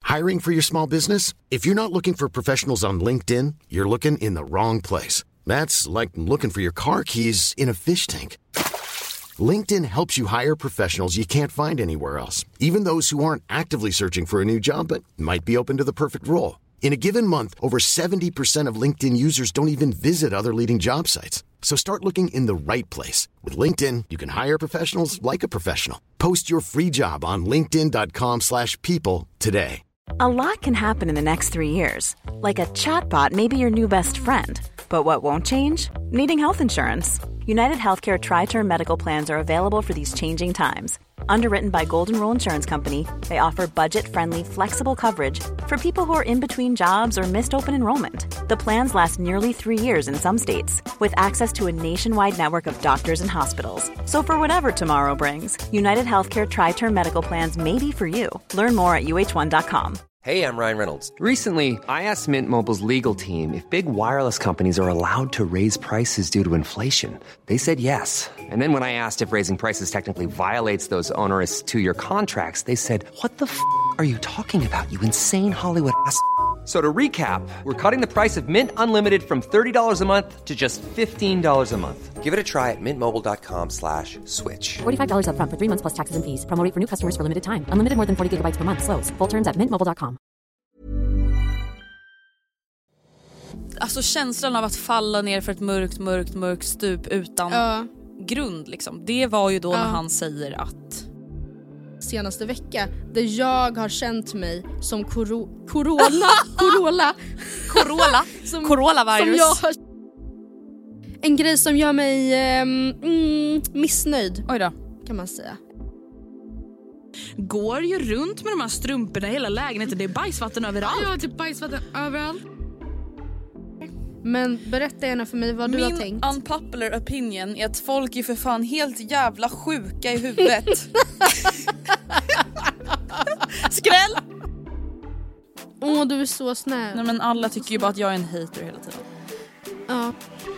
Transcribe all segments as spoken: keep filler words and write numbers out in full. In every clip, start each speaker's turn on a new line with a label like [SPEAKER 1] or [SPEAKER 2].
[SPEAKER 1] Hiring for your small business? If you're not looking for professionals on LinkedIn, you're looking in the wrong place. That's like looking for your car keys in a fish tank. LinkedIn helps you hire professionals you can't find anywhere else, even those who aren't actively searching for a new job but might be open to the perfect role. In a given month, over seventy percent of LinkedIn users don't even visit other leading job sites. So start looking in the right place. With LinkedIn, you can hire professionals like a professional. Post your free job on linkedin dot com slash people today.
[SPEAKER 2] A lot can happen in the next three years. Like a chatbot may be your new best friend. But what won't change? Needing health insurance. United Healthcare Tri-Term Medical Plans are available for these changing times. Underwritten by Golden Rule Insurance Company, they offer budget-friendly, flexible coverage for people who are in between jobs or missed open enrollment. The plans last nearly three years in some states, with access to a nationwide network of doctors and hospitals. So for whatever tomorrow brings, United Healthcare Tri-Term Medical Plans may be for you. Learn more at U H one dot com.
[SPEAKER 3] Hey, I'm Ryan Reynolds. Recently, I asked Mint Mobile's legal team if big wireless companies are allowed to raise prices due to inflation. They said yes. And then when I asked if raising prices technically violates those onerous two-year contracts, they said, what the f*** are you talking about, you insane Hollywood ass f- So to recap, we're cutting the price of Mint Unlimited from thirty dollars a month to just fifteen dollars a month. Give it a try at mintmobile.com slash switch.
[SPEAKER 4] forty-five dollars up front for three months plus taxes and fees. Promo rate for new customers for limited time. Unlimited more than forty gigabytes per month. Slows full terms at mint mobile dot com.
[SPEAKER 5] Alltså känslan av att falla ner för ett mörkt, mörkt, mörkt stup utan uh. grund liksom. Det var ju då uh. när han säger att
[SPEAKER 6] senaste vecka där jag har känt mig som koro- corona Corolla
[SPEAKER 5] Corolla som, Coronavirus
[SPEAKER 6] som jag har, en grej som gör mig um, mm, missnöjd.
[SPEAKER 5] Oj då.
[SPEAKER 6] Kan man säga.
[SPEAKER 7] Går ju runt med de här strumporna i hela lägenheten. Det är bajsvatten överallt.
[SPEAKER 6] Ja, typ bajsvatten överallt. Men berätta gärna för mig vad
[SPEAKER 5] Min
[SPEAKER 6] du har tänkt.
[SPEAKER 5] Min unpopular opinion är att folk är för fan helt jävla sjuka i huvudet. Skräll!
[SPEAKER 6] Åh, oh, du är så snäll.
[SPEAKER 5] Nej, men alla tycker ju bara att jag är en hater hela tiden.
[SPEAKER 6] Ja.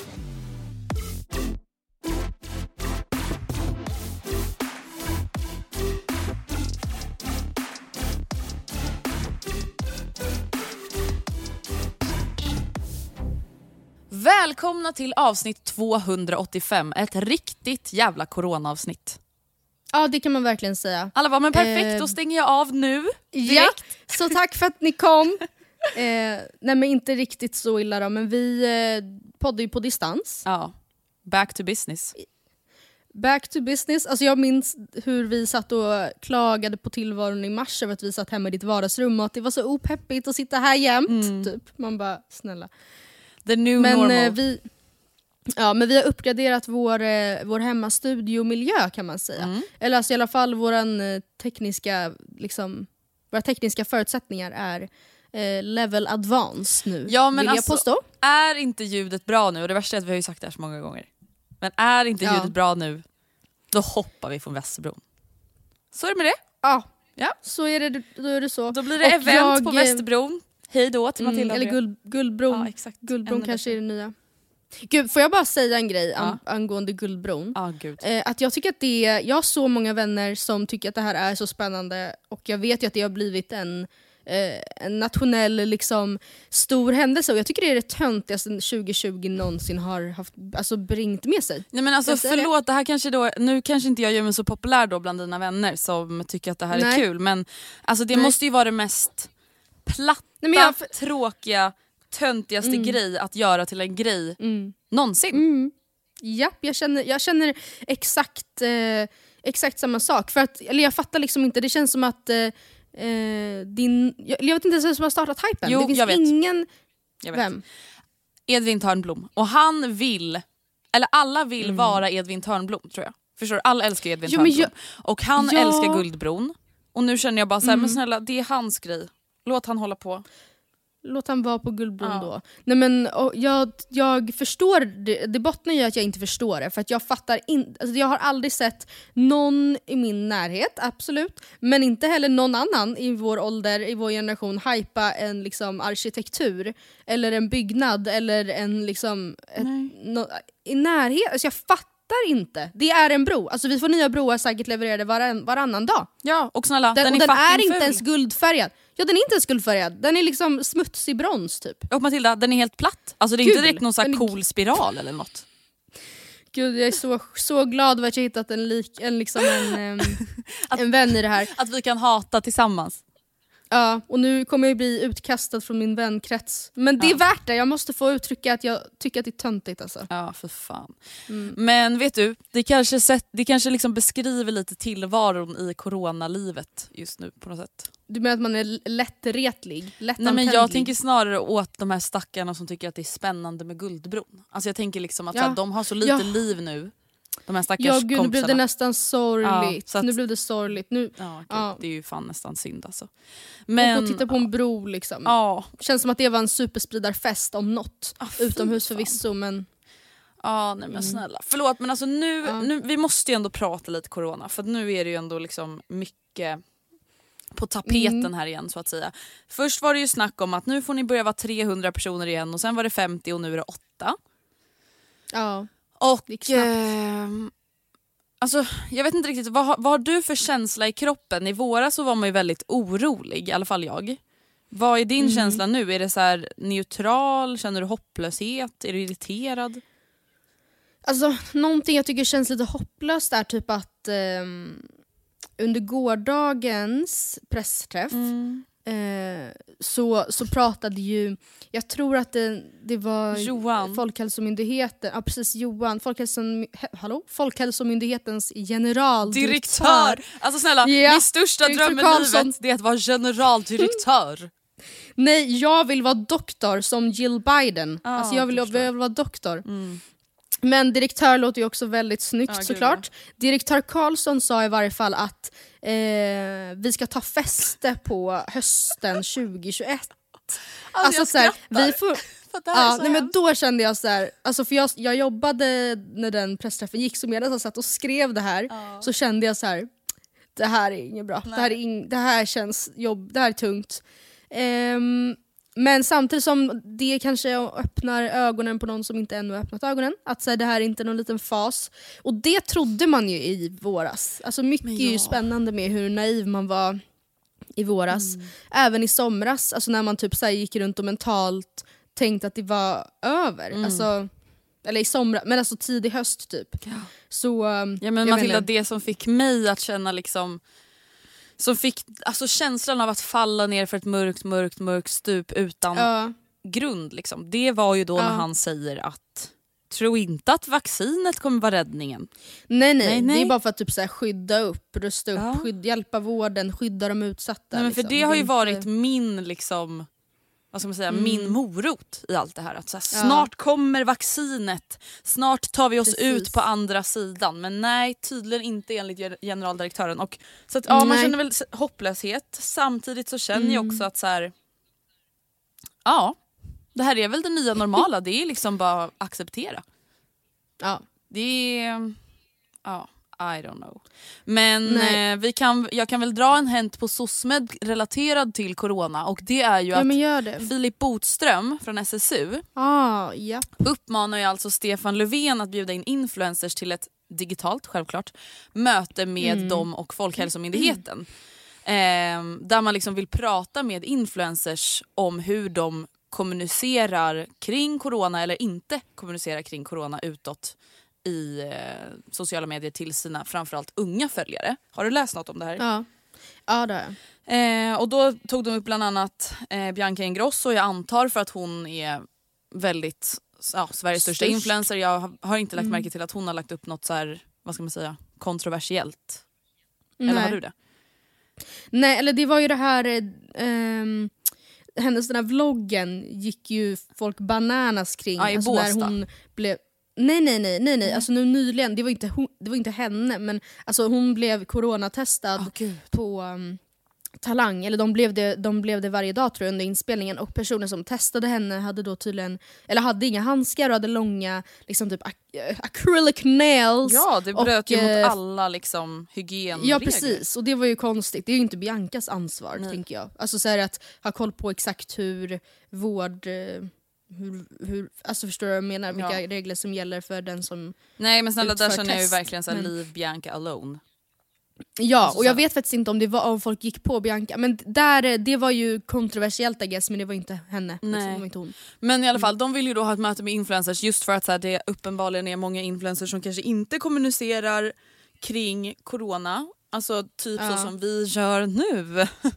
[SPEAKER 5] Välkomna till avsnitt tvåhundraåttiofem. Ett riktigt jävla coronaavsnitt.
[SPEAKER 6] Ja, det kan man verkligen säga.
[SPEAKER 5] Alla var men perfekt, eh, då stänger jag av nu direkt. Ja,
[SPEAKER 6] så tack för att ni kom. eh, nej men inte riktigt så illa då, men vi eh, poddar ju på distans.
[SPEAKER 5] Ja, back to business.
[SPEAKER 6] Back to business. Alltså jag minns hur vi satt och klagade på tillvaron i mars över att vi satt hemma i ditt vardagsrum och att det var så opeppigt att sitta här jämt. Mm. Typ. Man bara, snälla.
[SPEAKER 5] The new
[SPEAKER 6] men,
[SPEAKER 5] normal.
[SPEAKER 6] Eh, vi, ja, men vi har uppgraderat vår, eh, vår hemmastudiomiljö kan man säga. Mm. Eller alltså i alla fall våran eh, tekniska, liksom, våra tekniska förutsättningar är eh, level advance nu.
[SPEAKER 5] Ja, men
[SPEAKER 6] vill
[SPEAKER 5] alltså,
[SPEAKER 6] jag påstå.
[SPEAKER 5] Är inte ljudet bra nu? Och det värsta är att vi har ju sagt det här så många gånger. Men är inte ljudet ja. bra nu, då hoppar vi från Västerbron. Så är det med det.
[SPEAKER 6] Ja,
[SPEAKER 5] ja.
[SPEAKER 6] Så är det, då är det så.
[SPEAKER 5] Då blir det och event jag, på Västerbron. Hej då till Matilda.
[SPEAKER 6] Mm, eller guld, Guldbron.
[SPEAKER 5] Ja, exakt.
[SPEAKER 6] Guldbron kanske bättre. Är det nya. Gud, får jag bara säga en grej ja. angående Guldbron?
[SPEAKER 5] Ja, gud.
[SPEAKER 6] Eh, att jag tycker att det är, jag har så många vänner som tycker att det här är så spännande och jag vet ju att det har blivit en, eh, en nationell liksom, stor händelse och jag tycker det är det töntigaste tjugo tjugo någonsin har haft, alltså, bringt med sig.
[SPEAKER 5] Nej men alltså förlåt, det här kanske då, nu kanske inte jag gör mig så populär då bland dina vänner som tycker att det här Nej. är kul, men alltså det Nej. måste ju vara det mest platta, Nej, men jag... tråkiga, töntigaste mm. grej att göra till en grej mm. någonsin.
[SPEAKER 6] Mm. Japp, jag känner, jag känner exakt, eh, exakt samma sak. För att, eller jag fattar liksom inte, det känns som att eh, din, jag, jag vet inte ens vem som har startat hypen.
[SPEAKER 5] Jo,
[SPEAKER 6] det finns
[SPEAKER 5] jag vet.
[SPEAKER 6] ingen...
[SPEAKER 5] Jag vet.
[SPEAKER 6] Vem?
[SPEAKER 5] Edvin Törnblom. Och han vill, eller alla vill mm. vara Edvin Törnblom tror jag. Förstår du? Alla älskar Edvin jo, Törnblom. Jag, och han ja. älskar Guldbron. Och nu känner jag bara så här, mm. men snälla, det är hans grej. Låt han hålla på.
[SPEAKER 6] Låt han vara på Guldbron ja. då. Nej, men, jag, jag förstår det, det bottnar ju att jag inte förstår det. För att jag fattar in, alltså jag har aldrig sett någon i min närhet, absolut. Men inte heller någon annan i vår ålder, i vår generation, hypa en liksom, arkitektur. Eller en byggnad. Eller en liksom... Ett, no, i närhet. Alltså jag fattar inte. Det är en bro. Alltså vi får nya broar säkert levererade varann, varannan dag.
[SPEAKER 5] Ja, och snälla,
[SPEAKER 6] den,
[SPEAKER 5] den,
[SPEAKER 6] och
[SPEAKER 5] är
[SPEAKER 6] den är
[SPEAKER 5] fucking
[SPEAKER 6] inte
[SPEAKER 5] ful.
[SPEAKER 6] ens guldfärgad. Ja, den är inte skuldfärgad. Den är liksom smutsig brons typ.
[SPEAKER 5] Och Matilda, den är helt platt. Alltså det är
[SPEAKER 6] Gud,
[SPEAKER 5] inte direkt någon sån här
[SPEAKER 6] är...
[SPEAKER 5] cool spiral eller något.
[SPEAKER 6] Gud, jag är så, så glad över att jag hittat en, lik, en, liksom en, um, att, en vän i det här.
[SPEAKER 5] Att vi kan hata tillsammans.
[SPEAKER 6] Ja, och nu kommer jag bli utkastad från min vänkrets. Men det är ja. värt det, jag måste få uttrycka att jag tycker att det är töntigt alltså.
[SPEAKER 5] Ja, för fan. Mm. Men vet du, det kanske, set, det kanske liksom beskriver lite tillvaron i coronalivet just nu på något sätt.
[SPEAKER 6] Du menar att man är lättretlig?
[SPEAKER 5] Nej, men jag tänker snarare åt de här stackarna som tycker att det är spännande med Guldbron. Alltså jag tänker liksom att ja. såhär, de har så lite ja. liv nu. De här stackars
[SPEAKER 6] ja, gud,
[SPEAKER 5] kompisarna.
[SPEAKER 6] Nu blev det nästan sorgligt.
[SPEAKER 5] Ja, att,
[SPEAKER 6] nu blev det sorgligt. Nu,
[SPEAKER 5] ja, gud,
[SPEAKER 6] ja.
[SPEAKER 5] Det är ju fan nästan synd alltså. Men,
[SPEAKER 6] och titta på en bro liksom.
[SPEAKER 5] Ja.
[SPEAKER 6] Känns som att det var en superspridarfest om något. Ah, utomhus förvisso, men...
[SPEAKER 5] Ja, nej men snälla. Mm. Förlåt, men alltså nu, ja. nu, vi måste ju ändå prata lite corona. För nu är det ju ändå liksom mycket på tapeten mm. här igen så att säga. Först var det ju snack om att nu får ni börja vara trehundra personer igen. Och sen var det femtio och nu är det åtta.
[SPEAKER 6] Ja.
[SPEAKER 5] Och eh, alltså, jag vet inte riktigt, vad, vad har du för känsla i kroppen? I våras så var man ju väldigt orolig, i alla fall jag. Vad är din mm. känsla nu? Är det så här neutral? Känner du hopplöshet? Är du irriterad?
[SPEAKER 6] Alltså, någonting jag tycker känns lite hopplöst är typ att eh, under gårdagens pressträff mm. eh, så, så pratade ju, jag tror att det, det var
[SPEAKER 5] Johan.
[SPEAKER 6] Folkhälsomyndigheten, ja precis Johan, Folkhälsom, hallå? Folkhälsomyndighetens generaldirektör.
[SPEAKER 5] Direktör! Alltså snälla, ja, min största dröm i livet det är att vara generaldirektör.
[SPEAKER 6] Nej, jag vill vara doktor som Jill Biden. Ah, alltså jag vill, jag vill vara doktor.
[SPEAKER 5] Mm.
[SPEAKER 6] Men direktör låter ju också väldigt snyggt
[SPEAKER 5] ah,
[SPEAKER 6] såklart. Direktör Karlsson sa i varje fall att eh, vi ska ta feste på hösten tjugohundratjugoett.
[SPEAKER 5] Alltså, alltså
[SPEAKER 6] så här, vi får, ja,
[SPEAKER 5] så
[SPEAKER 6] nej, men då kände jag så här, alltså för jag, jag jobbade när den pressträffen gick, så medan jag satt och skrev det här ah. så kände jag så här, det här är inget bra. Det här, är ing, det här känns jobb, det här är tungt. Um, men samtidigt som det kanske öppnar ögonen på någon som inte ännu har öppnat ögonen, att så här, det här är inte någon liten fas, och det trodde man ju i våras. Alltså mycket ja. är ju spännande med hur naiv man var i våras, mm. även i somras, alltså när man typ så här, gick runt och mentalt tänkte att det var över, mm. alltså, eller i somras, men alltså tidig höst typ. Ja. Så
[SPEAKER 5] ja, men Matilda, det som fick mig att känna liksom, som fick alltså känslan av att falla ner för ett mörkt, mörkt, mörkt stup utan ja. grund liksom. Det var ju då ja. när han säger att tro inte att vaccinet kommer vara räddningen.
[SPEAKER 6] Nej, nej, nej, nej. Det är bara för att typ så här, skydda upp, rusta upp, ja. skydd, hjälpa vården, skydda de utsatta.
[SPEAKER 5] Nej, men
[SPEAKER 6] liksom.
[SPEAKER 5] För det har ju varit min liksom, vad ska man säga, mm. min morot i allt det här. Att så här, snart ja. kommer vaccinet, snart tar vi oss Precis. ut på andra sidan. Men nej, tydligen inte enligt generaldirektören. Och, så att, ja, man känner väl hopplöshet. Samtidigt så känner mm. jag också att så här, ja, det här är väl det nya normala. Det är liksom bara acceptera.
[SPEAKER 6] Ja.
[SPEAKER 5] Det är, ja. I don't know. Men eh, vi kan, jag kan väl dra en hänt på SOSMED relaterad till corona, och det är ju
[SPEAKER 6] ja,
[SPEAKER 5] att Filip Botström från S S U
[SPEAKER 6] ah, ja.
[SPEAKER 5] uppmanar ju alltså Stefan Löfven att bjuda in influencers till ett digitalt, självklart, möte med mm. dem och Folkhälsomyndigheten. Mm. Eh, där man liksom vill prata med influencers om hur de kommunicerar kring corona eller inte kommunicerar kring corona utåt i eh, sociala medier till sina framförallt unga följare. Har du läst något om det här?
[SPEAKER 6] Ja, ja det har jag.
[SPEAKER 5] Eh, och då tog de upp bland annat eh, Bianca Ingrosso. Jag antar för att hon är väldigt ja, Sveriges största Störst. influencer. Jag har, har inte lagt mm. märke till att hon har lagt upp något så här, vad ska man säga, kontroversiellt. Eller
[SPEAKER 6] Nej.
[SPEAKER 5] har du det?
[SPEAKER 6] Nej, eller det var ju det här eh, hennes den här vloggen gick ju folk bananas kring.
[SPEAKER 5] Ja, i
[SPEAKER 6] alltså
[SPEAKER 5] Båstad.
[SPEAKER 6] När hon blev Nej nej nej nej nej, alltså nu nyligen, det var inte hon, det var inte henne, men alltså hon blev coronatestad
[SPEAKER 5] oh,
[SPEAKER 6] på um, Talang, eller de blev det de blev det varje dag tror jag under inspelningen, och personen som testade henne hade då tydligen eller hade inga handskar och hade långa liksom typ ac- acrylic nails.
[SPEAKER 5] Ja, det bröt
[SPEAKER 6] och,
[SPEAKER 5] ju
[SPEAKER 6] eh,
[SPEAKER 5] mot alla liksom hygienregler.
[SPEAKER 6] Ja precis, och det var ju konstigt. Det är ju inte Biancas ansvar Nej. tänker jag. Alltså så här att ha koll på exakt hur vård eh, Hur, hur, alltså förstår du vad jag menar? Vilka ja. regler som gäller för den som
[SPEAKER 5] Nej men snälla, där känner
[SPEAKER 6] test.
[SPEAKER 5] jag ju verkligen så här,
[SPEAKER 6] men...
[SPEAKER 5] leave Bianca alone.
[SPEAKER 6] Ja,
[SPEAKER 5] alltså,
[SPEAKER 6] och jag vet faktiskt inte om det var om folk gick på Bianca. Men där, det var ju kontroversiellt I guess, men det var inte henne.
[SPEAKER 5] Nej.
[SPEAKER 6] Liksom, det var inte hon.
[SPEAKER 5] Men i alla fall, de vill ju då ha ett möte med influencers just för att så här, det uppenbarligen är många influencers som kanske inte kommunicerar kring corona. Alltså typ ja. så som vi gör nu.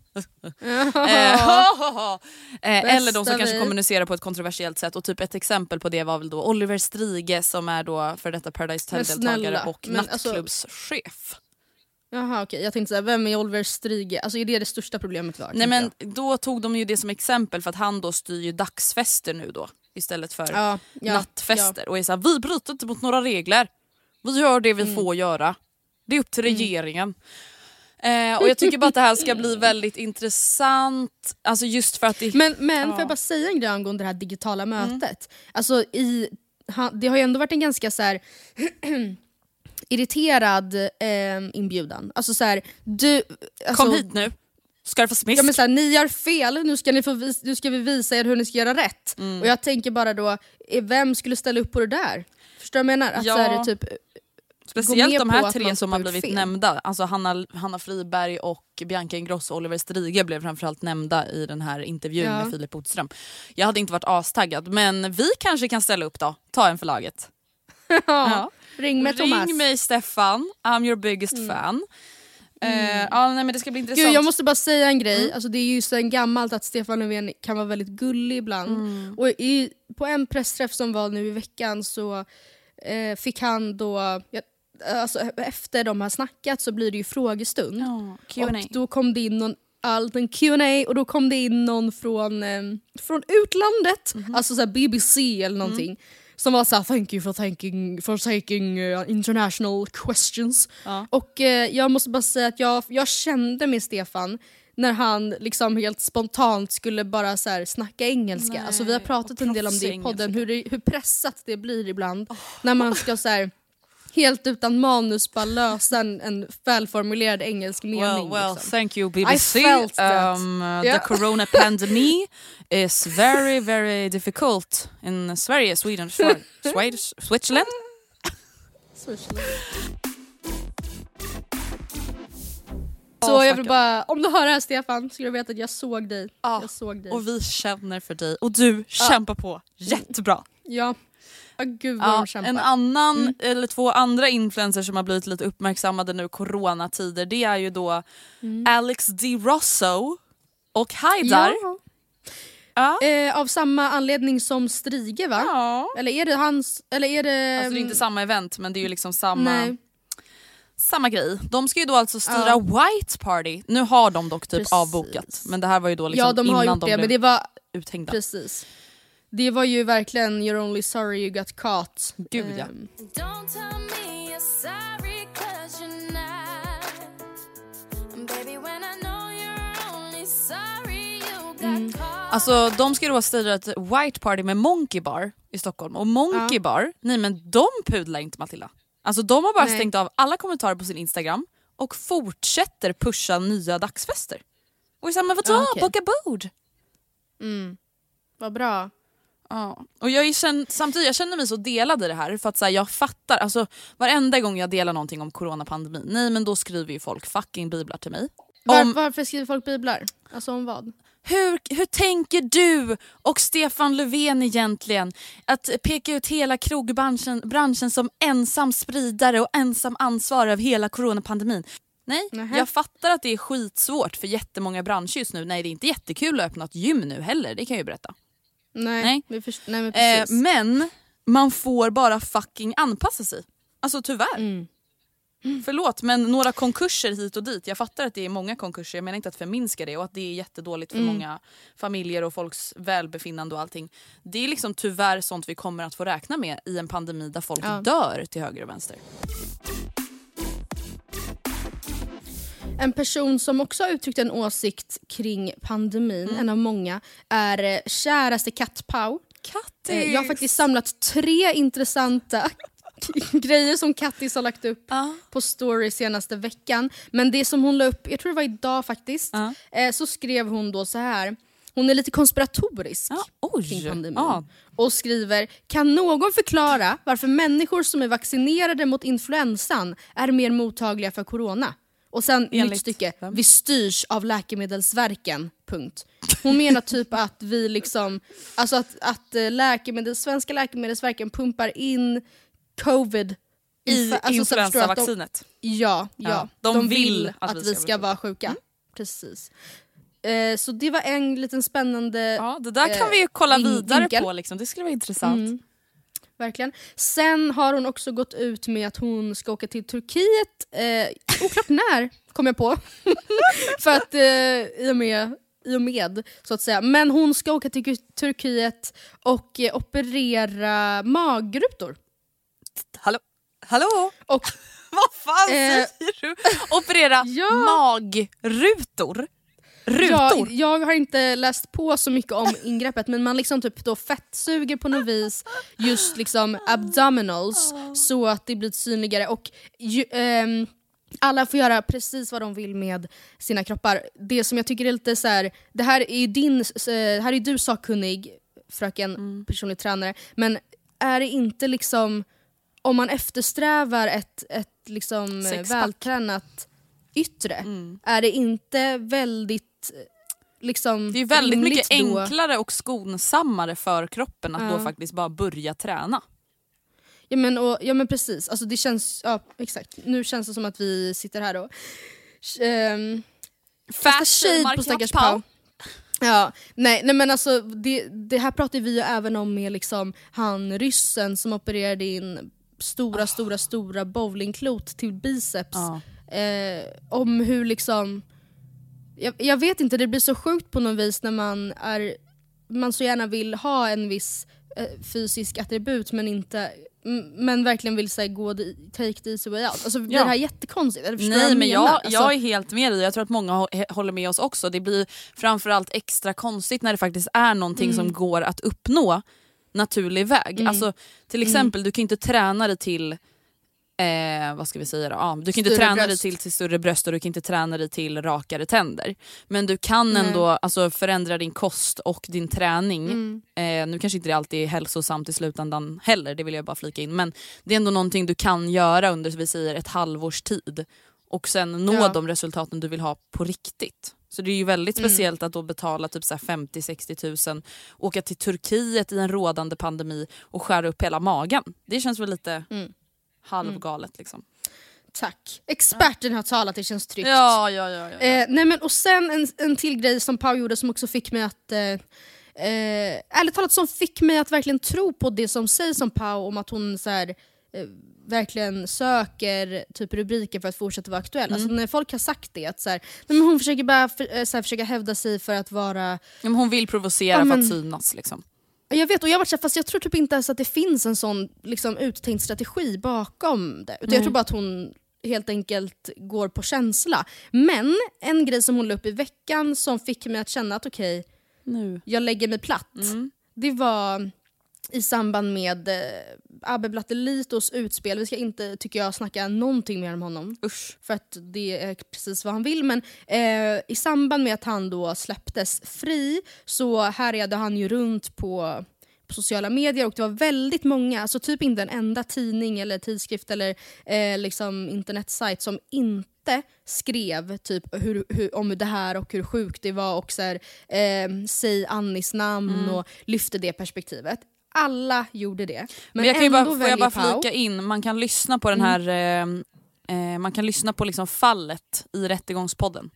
[SPEAKER 5] eh, eller de som kanske kommunicerar på ett kontroversiellt sätt. Och typ ett exempel på det var väl då Oliver Strige som är då för detta Paradise Hotel-deltagare och nattklubbschef. Alltså,
[SPEAKER 6] jaha okej, okay. Jag tänkte såhär, vem är Oliver Strige? Alltså är det det största problemet var?
[SPEAKER 5] Nej men jag. Då tog de ju det som exempel för att han då styr ju dagsfester nu då. Istället för ja, ja, nattfester. Ja. Och är såhär, vi bryter inte mot några regler. Vi gör det vi mm. får göra. Det är upp till regeringen. Mm. Eh, och jag tycker bara att det här ska bli väldigt intressant. Alltså just för att det...
[SPEAKER 6] Men, men ja. får jag bara säga en grej angående det här digitala mötet? Mm. Alltså i, det har ju ändå varit en ganska så här irriterad eh, inbjudan. Alltså så här, du... Alltså,
[SPEAKER 5] kom hit nu. Ska du få smisk?
[SPEAKER 6] Ja, men så här, ni gör fel, nu ska, ni få vis- nu ska vi visa er hur ni ska göra rätt. Mm. Och jag tänker bara då, vem skulle ställa upp på det där? Förstår du vad jag menar? Att
[SPEAKER 5] ja.
[SPEAKER 6] så här, typ...
[SPEAKER 5] Speciellt de här tre som har blivit fel. nämnda. Alltså Hanna, Hanna Friberg och Bianca Ingrosso och Oliver Strige blev framförallt nämnda i den här intervjun ja. med Filip Botström. Jag hade inte varit astaggad, men vi kanske kan ställa upp då. Ta en för laget.
[SPEAKER 6] ja. Ja. Ring mig Thomas.
[SPEAKER 5] Ring mig Stefan, I'm your biggest mm. fan. Mm. Uh, ja, nej, men det ska bli intressant.
[SPEAKER 6] Gud, jag måste bara säga en grej. Mm. Alltså, det är ju så gammalt att Stefan Löfven kan vara väldigt gullig ibland. Mm. Och i, på en pressträff som var nu i veckan så eh, fick han då... Jag, Alltså, efter de har snackat så blir det ju frågestund.
[SPEAKER 5] Oh, Q and A.
[SPEAKER 6] Och då kom det in någon allt en Q and A och då kom det in någon från, eh, från utlandet, mm-hmm. alltså så här B B C eller någonting, mm. som var så här, thank you for taking, for taking uh, international questions. Ja. Och eh, jag måste bara säga att jag, jag kände med Stefan när han liksom helt spontant skulle bara så här snacka engelska. Nej, alltså vi har pratat en del om det i podden, hur, det, hur pressat det blir ibland oh. när man ska så här helt utan manus bara lösa en, en välformulerad engelsk mening.
[SPEAKER 5] Well, well
[SPEAKER 6] liksom.
[SPEAKER 5] Thank you B B C. Um, uh, yeah. The corona pandemic is very, very difficult in Sverige, Sweden, Swedish, Switzerland.
[SPEAKER 6] Switzerland. Så jag vill bara, om du hör det här Stefan, så ska du veta att jag såg dig.
[SPEAKER 5] Ah,
[SPEAKER 6] jag såg dig.
[SPEAKER 5] Och vi känner för dig. Och du ah. kämpar på jättebra.
[SPEAKER 6] Ja. Oh, gud vad
[SPEAKER 5] ja, en annan mm. eller två andra influencers som har blivit lite uppmärksammade nu coronatider, det är ju då mm. Alex D. Rosso och Haidar.
[SPEAKER 6] Ja.
[SPEAKER 5] Ja.
[SPEAKER 6] Eh, av samma anledning som Strige va?
[SPEAKER 5] Ja.
[SPEAKER 6] Eller är det hans eller är det
[SPEAKER 5] Alltså det är inte samma event, men det är ju liksom samma Nej. samma grej. De ska ju då alltså styra ja. White Party. Nu har de dock typ Precis. avbokat, men det här var ju då liksom
[SPEAKER 6] ja, de
[SPEAKER 5] innan
[SPEAKER 6] har gjort
[SPEAKER 5] de
[SPEAKER 6] det,
[SPEAKER 5] blev
[SPEAKER 6] men det var
[SPEAKER 5] uthängda.
[SPEAKER 6] Precis. Det var ju verkligen you're only sorry you got caught.
[SPEAKER 5] Gud ja.
[SPEAKER 6] Um.
[SPEAKER 5] Mm. Alltså de ska då styra ett White Party med Monkey Bar i Stockholm. Och Monkey ja. Bar, nej men de pudlar inte Matilda. Alltså de har bara nej. stängt av alla kommentarer på sin Instagram och fortsätter pusha nya dagsfester. Och så här, men vadå? Ah, okay. Boka bord.
[SPEAKER 6] Mm. Vad bra.
[SPEAKER 5] Ja. Och jag känner, samtidigt jag känner mig så delad i det här för att så här, jag fattar, alltså varenda gång jag delar någonting om coronapandemin, nej men då skriver ju folk fucking biblar till mig.
[SPEAKER 6] Var,
[SPEAKER 5] om,
[SPEAKER 6] varför skriver folk biblar? Alltså om vad?
[SPEAKER 5] Hur, hur tänker du och Stefan Löfven egentligen att peka ut hela krogbranschen branschen som ensam spridare och ensam ansvarig av hela coronapandemin? Nej, Nähe. jag fattar att det är skitsvårt för jättemånga branscher just nu. Nej, det är inte jättekul att öppna ett gym nu heller, det kan jag ju berätta.
[SPEAKER 6] Nej,
[SPEAKER 5] Nej.
[SPEAKER 6] Vi först- nej men precis.
[SPEAKER 5] Eh, men man får bara fucking anpassa sig. Alltså tyvärr. Mm. Mm. Förlåt, men några konkurser hit och dit. Jag fattar att det är många konkurser. Jag menar inte att förminska det och att det är jättedåligt för mm. många familjer och folks välbefinnande och allting. Det är liksom tyvärr sånt vi kommer att få räkna med i en pandemi där folk ja. dör till höger och vänster.
[SPEAKER 6] En person som också har uttryckt en åsikt kring pandemin, mm. en av många, är käraste Kattpau.
[SPEAKER 5] Kattis!
[SPEAKER 6] Jag har faktiskt samlat tre intressanta grejer som Kattis har lagt upp uh. på story senaste veckan. Men det som hon la upp, jag tror det var idag faktiskt, uh. eh, så skrev hon då så här. Hon är lite konspiratorisk
[SPEAKER 5] uh.
[SPEAKER 6] kring pandemin.
[SPEAKER 5] Uh.
[SPEAKER 6] Och skriver, kan någon förklara varför människor som är vaccinerade mot influensan är mer mottagliga för corona? Och sen
[SPEAKER 5] Enligt
[SPEAKER 6] nytt stycke,
[SPEAKER 5] vem?
[SPEAKER 6] vi styrs av Läkemedelsverken, punkt. Hon menar typ att vi liksom, alltså att, att läkemedels, svenska Läkemedelsverken pumpar in covid
[SPEAKER 5] i
[SPEAKER 6] alltså,
[SPEAKER 5] influensavaccinet.
[SPEAKER 6] Ja, ja,
[SPEAKER 5] ja.
[SPEAKER 6] De,
[SPEAKER 5] de
[SPEAKER 6] vill,
[SPEAKER 5] vill
[SPEAKER 6] att, att vi ska, vi ska vara sjuka. Mm. Precis. Eh, så det var en liten spännande
[SPEAKER 5] Ja, det där kan vi ju kolla
[SPEAKER 6] vin-
[SPEAKER 5] vidare
[SPEAKER 6] vinkel.
[SPEAKER 5] på liksom. Det skulle vara intressant. Mm.
[SPEAKER 6] Verkligen. Sen har hon också gått ut med att hon ska åka till Turkiet. Eh, oklart när, kom jag på. För att eh, i, och med, i och med, så att säga. Men hon ska åka till Turkiet och eh, operera magrutor.
[SPEAKER 5] Hallå? Hallå?
[SPEAKER 6] Och,
[SPEAKER 5] vad fan
[SPEAKER 6] eh,
[SPEAKER 5] säger du? Operera
[SPEAKER 6] ja.
[SPEAKER 5] magrutor? Rutor?
[SPEAKER 6] Ja, jag har inte läst på så mycket om ingreppet, men man liksom typ då fettsuger på något vis just liksom abdominals så att det blir synligare och ju, ähm, alla får göra precis vad de vill med sina kroppar. Det som jag tycker är lite så här, det här är ju din, här är du sakkunnig, fröken mm. personlig tränare, men är det inte liksom, om man eftersträvar ett, ett liksom vältränat yttre, mm. är det inte väldigt liksom,
[SPEAKER 5] det är väldigt mycket
[SPEAKER 6] då.
[SPEAKER 5] enklare och skonsammare för kroppen att ja. då faktiskt bara börja träna.
[SPEAKER 6] Ja men, och, ja, men precis, alltså, det känns, ja, exakt. Nu känns det som att vi sitter här och um,
[SPEAKER 5] fashion på stackars Pau.
[SPEAKER 6] Ja, nej, nej men alltså det, det här pratar vi ju även om med liksom han ryssen som opererade in stora, oh. stora, stora bowlingklot till biceps. Oh. Eh, om hur liksom jag, jag vet inte, det blir så sjukt på något vis när man är man så gärna vill ha en viss eh, fysisk attribut men inte m- men verkligen vill säga gå di- take the easy way out. Alltså blir ja. det här jättekonstigt? Eller
[SPEAKER 5] Nej jag men jag,
[SPEAKER 6] alltså,
[SPEAKER 5] jag är helt med dig. Jag tror att många hå- håller med oss också. Det blir framförallt extra konstigt när det faktiskt är någonting mm. som går att uppnå naturlig väg. Mm. Alltså till exempel mm. du kan inte träna dig till Eh, vad ska vi säga då? Ja, du kan inte träna bröst. dig till, till större bröst och du kan inte träna dig till rakare tänder. Men du kan mm. ändå alltså, förändra din kost och din träning. Mm. Eh, nu kanske inte det alltid är hälsosamt i slutändan heller, det vill jag bara flika in. Men det är ändå någonting du kan göra under vi säger, ett halvårs tid. Och sen nå ja. de resultaten du vill ha på riktigt. Så det är ju väldigt mm. speciellt att då betala typ så femtio till sextio tusen, åka till Turkiet i en rådande pandemi och skära upp hela magen. Det känns väl lite... Mm. halvgalet mm. liksom.
[SPEAKER 6] Tack. Experten ja. har talat, det känns tryggt.
[SPEAKER 5] Ja, ja, ja, ja.
[SPEAKER 6] Eh, nej men, och sen en, en till grej som Pau gjorde som också fick mig att eh, eh, ärligt talat som fick mig att verkligen tro på det som sägs om Pau om att hon så här, eh, verkligen söker typ rubriker för att fortsätta vara aktuell. Mm. Alltså när folk har sagt det att så här, nej, men hon försöker bara för, så här, försöka hävda sig för att vara
[SPEAKER 5] ja, men hon vill provocera ja, men, för att synas liksom.
[SPEAKER 6] Jag vet, och jag har varit så här, fast jag tror typ inte ens att det finns en sån liksom, uttänkt strategi bakom det. Utan jag tror bara att hon helt enkelt går på känsla. Men en grej som hon la upp i veckan som fick mig att känna att okej, okay, jag lägger mig platt. Mm. Det var i samband med eh, Abbe Blattelitos utspel. Vi ska inte, tycker jag, snacka någonting mer om honom. Usch. För att det är precis vad han vill. Men eh, i samband med att han då släpptes fri så härjade han ju runt på, på sociala medier och det var väldigt många, alltså typ inte en enda tidning eller tidskrift eller eh, liksom internetsajt som inte skrev typ hur, hur, om det här och hur sjukt det var och så här, eh, säg Annis namn mm. och lyfte det perspektivet. Alla gjorde det. Men,
[SPEAKER 5] men jag kan ju bara, får jag bara flika in, man kan lyssna på den här mm. eh, man kan lyssna på liksom fallet i rättegångspodden.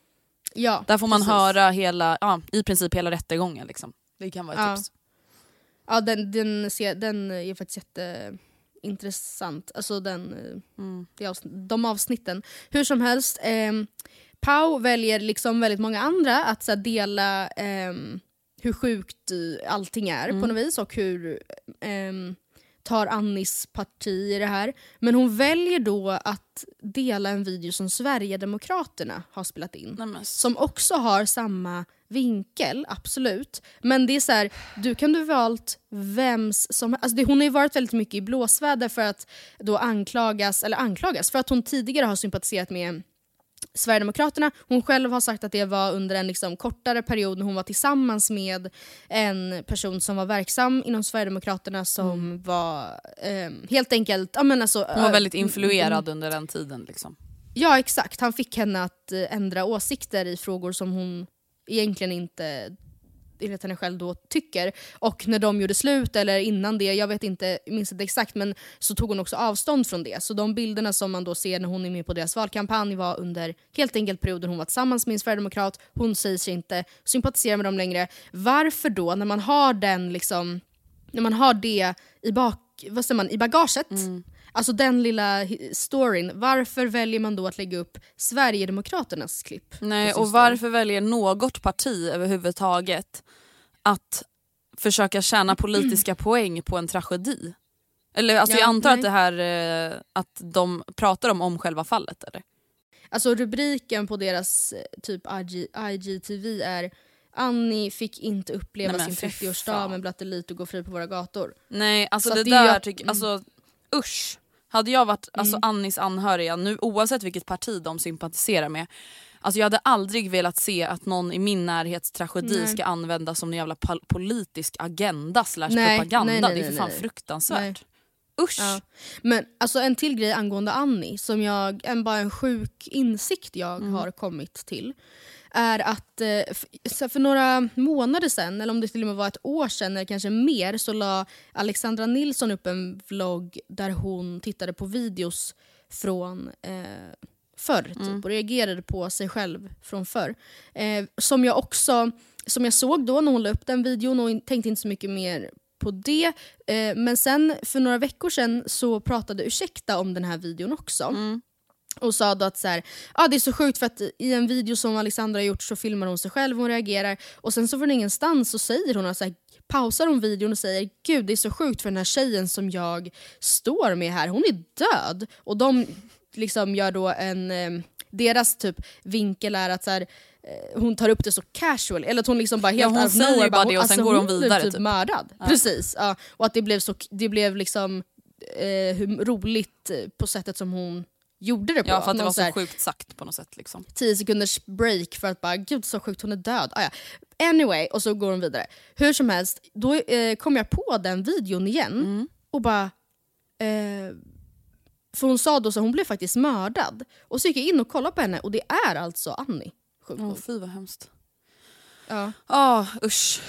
[SPEAKER 6] Ja,
[SPEAKER 5] där får man
[SPEAKER 6] precis.
[SPEAKER 5] höra hela, ja, i princip hela rättegången liksom. Det kan vara ett
[SPEAKER 6] ja.
[SPEAKER 5] tips.
[SPEAKER 6] Ja, den, den, den är faktiskt jätteintressant. Alltså den, mm. de avsnitten. Hur som helst, eh, Pau väljer liksom väldigt många andra att så här, dela eh, hur sjukt allting är mm. på något vis och hur eh, tar Annis parti i det här. Men hon väljer då att dela en video som Sverigedemokraterna har spelat in.
[SPEAKER 5] Nämen.
[SPEAKER 6] Som också har samma vinkel, absolut. Men det är så här, du kan du valt vems som... Alltså det, hon har ju varit väldigt mycket i blåsväder för att då anklagas, eller anklagas, för att hon tidigare har sympatiserat med Sverigedemokraterna. Hon själv har sagt att det var under en liksom kortare period när hon var tillsammans med en person som var verksam inom Sverigedemokraterna som mm. var eh, helt enkelt... Ja, men alltså,
[SPEAKER 5] hon var väldigt influerad mm, under den tiden liksom.
[SPEAKER 6] Ja, exakt. Han fick henne att ändra åsikter i frågor som hon egentligen inte, enligt henne själv då, tycker. Och när de gjorde slut, eller innan det, jag vet inte, minns inte exakt, men så tog hon också avstånd från det. Så de bilderna som man då ser när hon är med på deras valkampanj var under helt enkelt perioden hon var tillsammans med en sverigedemokrat. Hon säger sig inte sympatisera med dem längre. Varför då, när man har den liksom, när man har det i bak, vad säger man, i bagaget, mm. alltså den lilla storyn, varför väljer man då att lägga upp Sverigedemokraternas klipp?
[SPEAKER 5] Nej, och varför väljer något parti överhuvudtaget att försöka tjäna politiska mm. poäng på en tragedi? Eller alltså ja, jag antar nej. att det här eh, att de pratar om om själva fallet, eller?
[SPEAKER 6] Alltså rubriken på deras typ I G T V är: Annie fick inte uppleva Nej, sin trettioårsdag med Blattelit och gå fri på våra gator.
[SPEAKER 5] Nej, alltså så det, det där jag... tycker, alltså usch. Hade jag varit mm. alltså, Annis anhöriga, nu oavsett vilket parti de sympatiserar med, alltså jag hade aldrig velat se att någon i min närhetstragedi nej. ska användas som en jävla pol- politisk agenda slash nej, propaganda. Nej, nej, nej, det är för fan nej. fruktansvärt. Nej. Usch. Ja.
[SPEAKER 6] Men alltså en till grej angående Annie som jag, en, bara en sjuk insikt jag mm. har kommit till, är att eh, för några månader sedan, eller om det till och med var ett år sedan eller kanske mer, så la Alexandra Nilsson upp en vlogg där hon tittade på videos från eh, förr mm. typ, och reagerade på sig själv från förr. Eh, som jag också som jag såg då när hon la upp den videon och tänkte inte så mycket mer på det. Eh, men sen för några veckor sedan så pratade Ursäkta om den här videon också. Mm. Och sa då att så här, ah, det är så sjukt för att i en video som Alexandra har gjort så filmar hon sig själv och hon reagerar. Och sen så från ingenstans så säger hon att så här, pausar hon videon och säger: Gud, det är så sjukt för den här tjejen som jag står med här, hon är död. Och de liksom gör då en, eh, deras typ vinkel är att så här, eh, hon tar upp det så casual, eller att hon liksom bara helt
[SPEAKER 5] ja, hon säger ju bara det och
[SPEAKER 6] alltså,
[SPEAKER 5] sen går hon vidare
[SPEAKER 6] typ, typ mördad. Ja. Precis, ja. Och att det blev så, det blev liksom eh, roligt på sättet som hon gjorde det på.
[SPEAKER 5] Ja, för att det var så,
[SPEAKER 6] så här,
[SPEAKER 5] sjukt sagt på något sätt liksom.
[SPEAKER 6] tio sekunders break för att bara, gud så sjukt, hon är död. Ah, ja. Anyway, och så går hon vidare. Hur som helst, då eh, kom jag på den videon igen mm. och bara eh, för hon sa då så hon blev faktiskt mördad. Och så gick jag in och kollade på henne och det är alltså Annie.
[SPEAKER 5] Åh, oh, fy vad hemskt.
[SPEAKER 6] Ja.
[SPEAKER 5] Åh, oh, usch.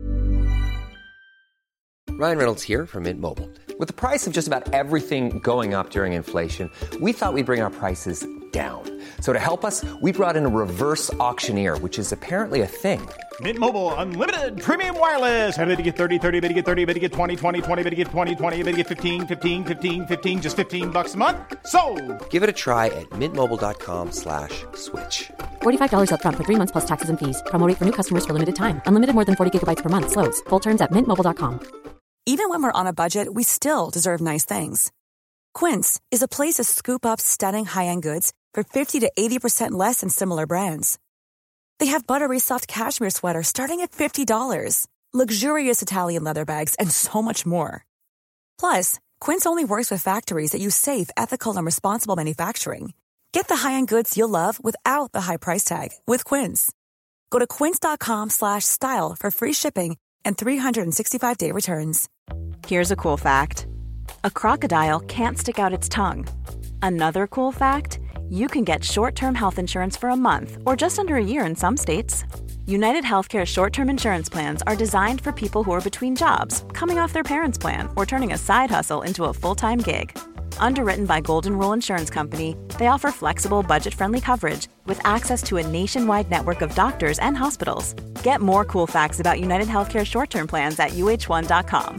[SPEAKER 3] Ryan Reynolds here from Mint Mobile. With the price of just about everything going up during inflation, we thought we'd bring our prices down. So to help us, we brought in a reverse auctioneer, which is apparently a thing.
[SPEAKER 8] Mint Mobile Unlimited Premium Wireless. How to get thirty, thirty, how to get thirty, how to get twenty, twenty, twenty, how to get twenty, twenty, how to get fifteen, fifteen, fifteen, fifteen, just fifteen bucks a month? Sold!
[SPEAKER 3] Give it a try at mintmobile.com slash switch.
[SPEAKER 4] forty-five dollars up front for three months plus taxes and fees. Promo rate for new customers for limited time. Unlimited more than forty gigabytes per month. Slows full terms at mint mobile dot com.
[SPEAKER 9] Even when we're on a budget, we still deserve nice things. Quince is a place to scoop up stunning high-end goods for fifty to eighty percent less than similar brands. They have buttery soft cashmere sweaters starting at fifty dollars, luxurious Italian leather bags, and so much more. Plus, Quince only works with factories that use safe, ethical, and responsible manufacturing. Get the high-end goods you'll love without the high price tag with Quince. Go to quince.com slash style for free shipping and three sixty-five day returns.
[SPEAKER 2] Here's a cool fact. A crocodile can't stick out its tongue. Another cool fact, you can get short-term health insurance for a month or just under a year in some states. United Healthcare short-term insurance plans are designed for people who are between jobs, coming off their parents' plan, or turning a side hustle into a full-time gig. Underwritten by Golden Rule Insurance Company, they offer flexible, budget-friendly coverage with access to a nationwide network of doctors and hospitals. Get more cool facts about United Healthcare short-term plans at u h one dot com.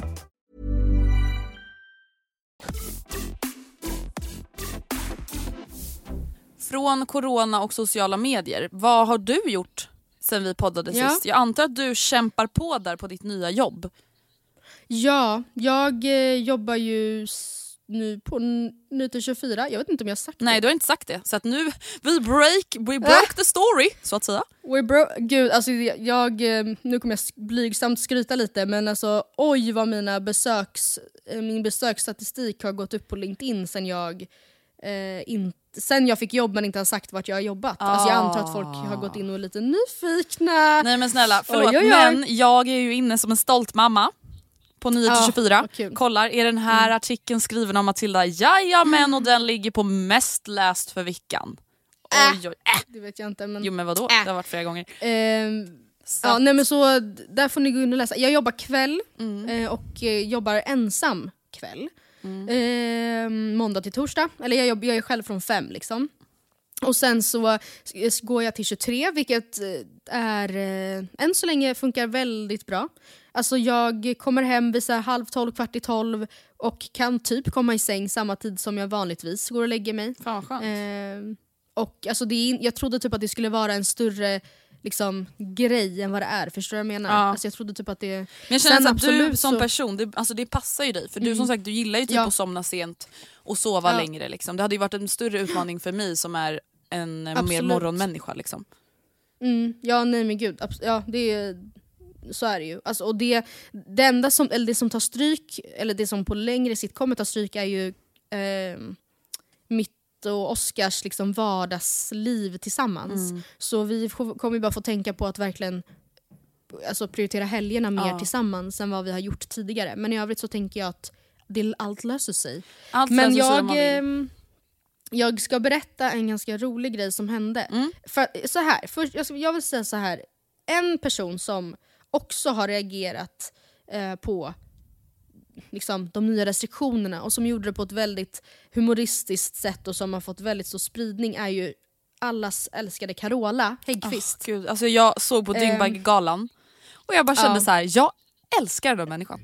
[SPEAKER 5] Från corona och sociala medier, vad har du gjort sen vi poddade
[SPEAKER 6] ja.
[SPEAKER 5] sist? Jag antar att du kämpar på där på ditt nya jobb.
[SPEAKER 6] Ja, jag eh, jobbar ju s- nu på nu till tjugofyra. Jag vet inte om jag har sagt
[SPEAKER 5] Nej, det. Nej, du har inte sagt det. Så att nu, we break, we broke äh. the story, så att säga.
[SPEAKER 6] We bro- Gud, alltså jag, nu kommer jag blygsamt skryta lite, men alltså oj vad mina besöks, min besöksstatistik har gått upp på LinkedIn sen jag eh, inte sen jag fick jobb men inte har sagt vart jag har jobbat. Ah. Alltså jag antar att folk har gått in och är lite nyfikna.
[SPEAKER 5] Nej men snälla, förlåt.
[SPEAKER 6] Oj, oj, oj.
[SPEAKER 5] Men jag är ju inne som en stolt mamma på nio till tjugofyra. Ah, kollar, är den här mm. artikeln skriven av Matilda? Jajamän, och den ligger på mest läst för veckan. Oj, oj. Äh.
[SPEAKER 6] Det vet jag inte. Men...
[SPEAKER 5] Jo men vadå? Äh. Det har varit flera gånger.
[SPEAKER 6] Eh, ja, nej, men så, där får ni gå in och läsa. Jag jobbar kväll
[SPEAKER 5] mm.
[SPEAKER 6] eh, och eh, jobbar ensam kväll. Mm. Eh, måndag till torsdag. Eller jag, jobb, jag är själv från fem liksom. Och sen så går jag till tjugotre, vilket är eh, än så länge funkar väldigt bra. Alltså jag kommer hem vid så här halv tolv, kvart i tolv och kan typ komma i säng samma tid som jag vanligtvis går och lägger mig.
[SPEAKER 5] Fan vad skönt.
[SPEAKER 6] Eh, och alltså det är, jag trodde typ att det skulle vara en större liksom, grej än vad det är. Förstår du vad jag menar?
[SPEAKER 5] Ja.
[SPEAKER 6] Alltså jag trodde typ att det...
[SPEAKER 5] Men jag känner att du som
[SPEAKER 6] så...
[SPEAKER 5] person, det, alltså det passar ju dig. För
[SPEAKER 6] mm.
[SPEAKER 5] du som sagt, du gillar ju typ
[SPEAKER 6] ja.
[SPEAKER 5] att somna sent och sova
[SPEAKER 6] ja.
[SPEAKER 5] längre. Liksom. Det hade ju varit en större utmaning för mig som är en
[SPEAKER 6] Absolut.
[SPEAKER 5] mer morgonmänniska. Liksom.
[SPEAKER 6] Mm. Ja, nej men gud. Ja, det är... Så är det ju. Alltså, och det, det enda som, eller det som tar stryk, eller det som på längre sikt kommer ta stryk är ju eh, mitt och Oscars liksom vardagsliv tillsammans. Mm. Så vi får, kommer bara få tänka på att verkligen alltså, prioritera helgerna mer ja. tillsammans än vad vi har gjort tidigare. Men i övrigt så tänker jag att det, allt löser sig.
[SPEAKER 5] Allt
[SPEAKER 6] Men
[SPEAKER 5] löser
[SPEAKER 6] jag,
[SPEAKER 5] sig
[SPEAKER 6] eh, jag ska berätta en ganska rolig grej som hände.
[SPEAKER 5] Mm.
[SPEAKER 6] För, så här, för, jag, ska, jag vill säga så här. En person som också har reagerat eh, på liksom, de nya restriktionerna och som gjorde det på ett väldigt humoristiskt sätt och som har fått väldigt stor spridning är ju allas älskade Carola Häggkvist.
[SPEAKER 5] Oh, Gud. Alltså jag såg på Dyngbaggegalan och jag bara kände uh. så här: jag älskar den människan.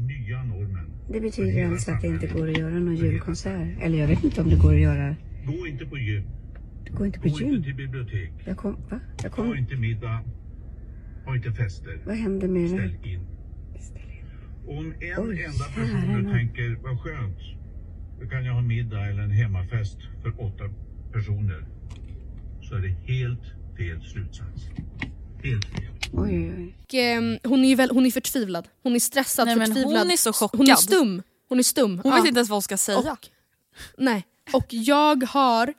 [SPEAKER 10] Det betyder alltså att det inte går att göra någon julkonsert. Eller jag vet inte om det går att göra.
[SPEAKER 11] Gå inte på gym.
[SPEAKER 10] Du går inte på
[SPEAKER 11] Gå
[SPEAKER 10] gym?
[SPEAKER 11] inte till bibliotek.
[SPEAKER 10] Jag kom, va? Jag kom...
[SPEAKER 11] Ha inte middag. Ha inte fester.
[SPEAKER 10] Vad händer med
[SPEAKER 11] Ställ
[SPEAKER 10] det?
[SPEAKER 11] in.
[SPEAKER 10] Ställ in.
[SPEAKER 11] Om en
[SPEAKER 10] Oj,
[SPEAKER 11] enda person
[SPEAKER 10] jävlar.
[SPEAKER 11] tänker vad skönt, då kan jag ha middag eller en hemmafest för åtta personer. Så är det helt fel slutsats. Helt fel.
[SPEAKER 10] Oj, oj, oj.
[SPEAKER 6] Och, eh, hon är ju väl, hon är förtvivlad. Hon är stressad,
[SPEAKER 5] Nej, men
[SPEAKER 6] förtvivlad.
[SPEAKER 5] hon är så chockad.
[SPEAKER 6] Hon är stum. Hon är stum.
[SPEAKER 5] Hon
[SPEAKER 6] ja.
[SPEAKER 5] vet inte ens vad hon ska säga.
[SPEAKER 6] Och, nej. Och jag har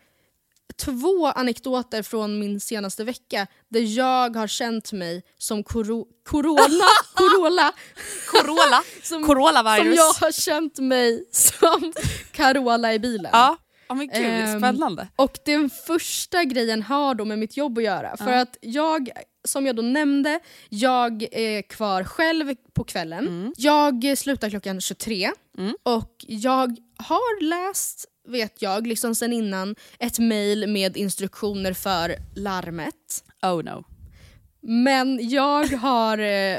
[SPEAKER 6] två anekdoter från min senaste vecka där jag har känt mig som koro, corona, Corolla,
[SPEAKER 5] Corolla,
[SPEAKER 6] som,
[SPEAKER 5] Corollavirus.
[SPEAKER 6] Som jag har känt mig som Carola i bilen.
[SPEAKER 5] Ja, oh, men gud, um, spännande.
[SPEAKER 6] Och den första grejen har då med mitt jobb att göra. För
[SPEAKER 5] ja.
[SPEAKER 6] att jag, som jag då nämnde, jag är kvar själv på kvällen. Mm. Jag slutar klockan tjugotre mm. och jag har läst, vet jag, liksom sen innan ett mejl med instruktioner för larmet.
[SPEAKER 5] Oh no.
[SPEAKER 6] Men jag har eh,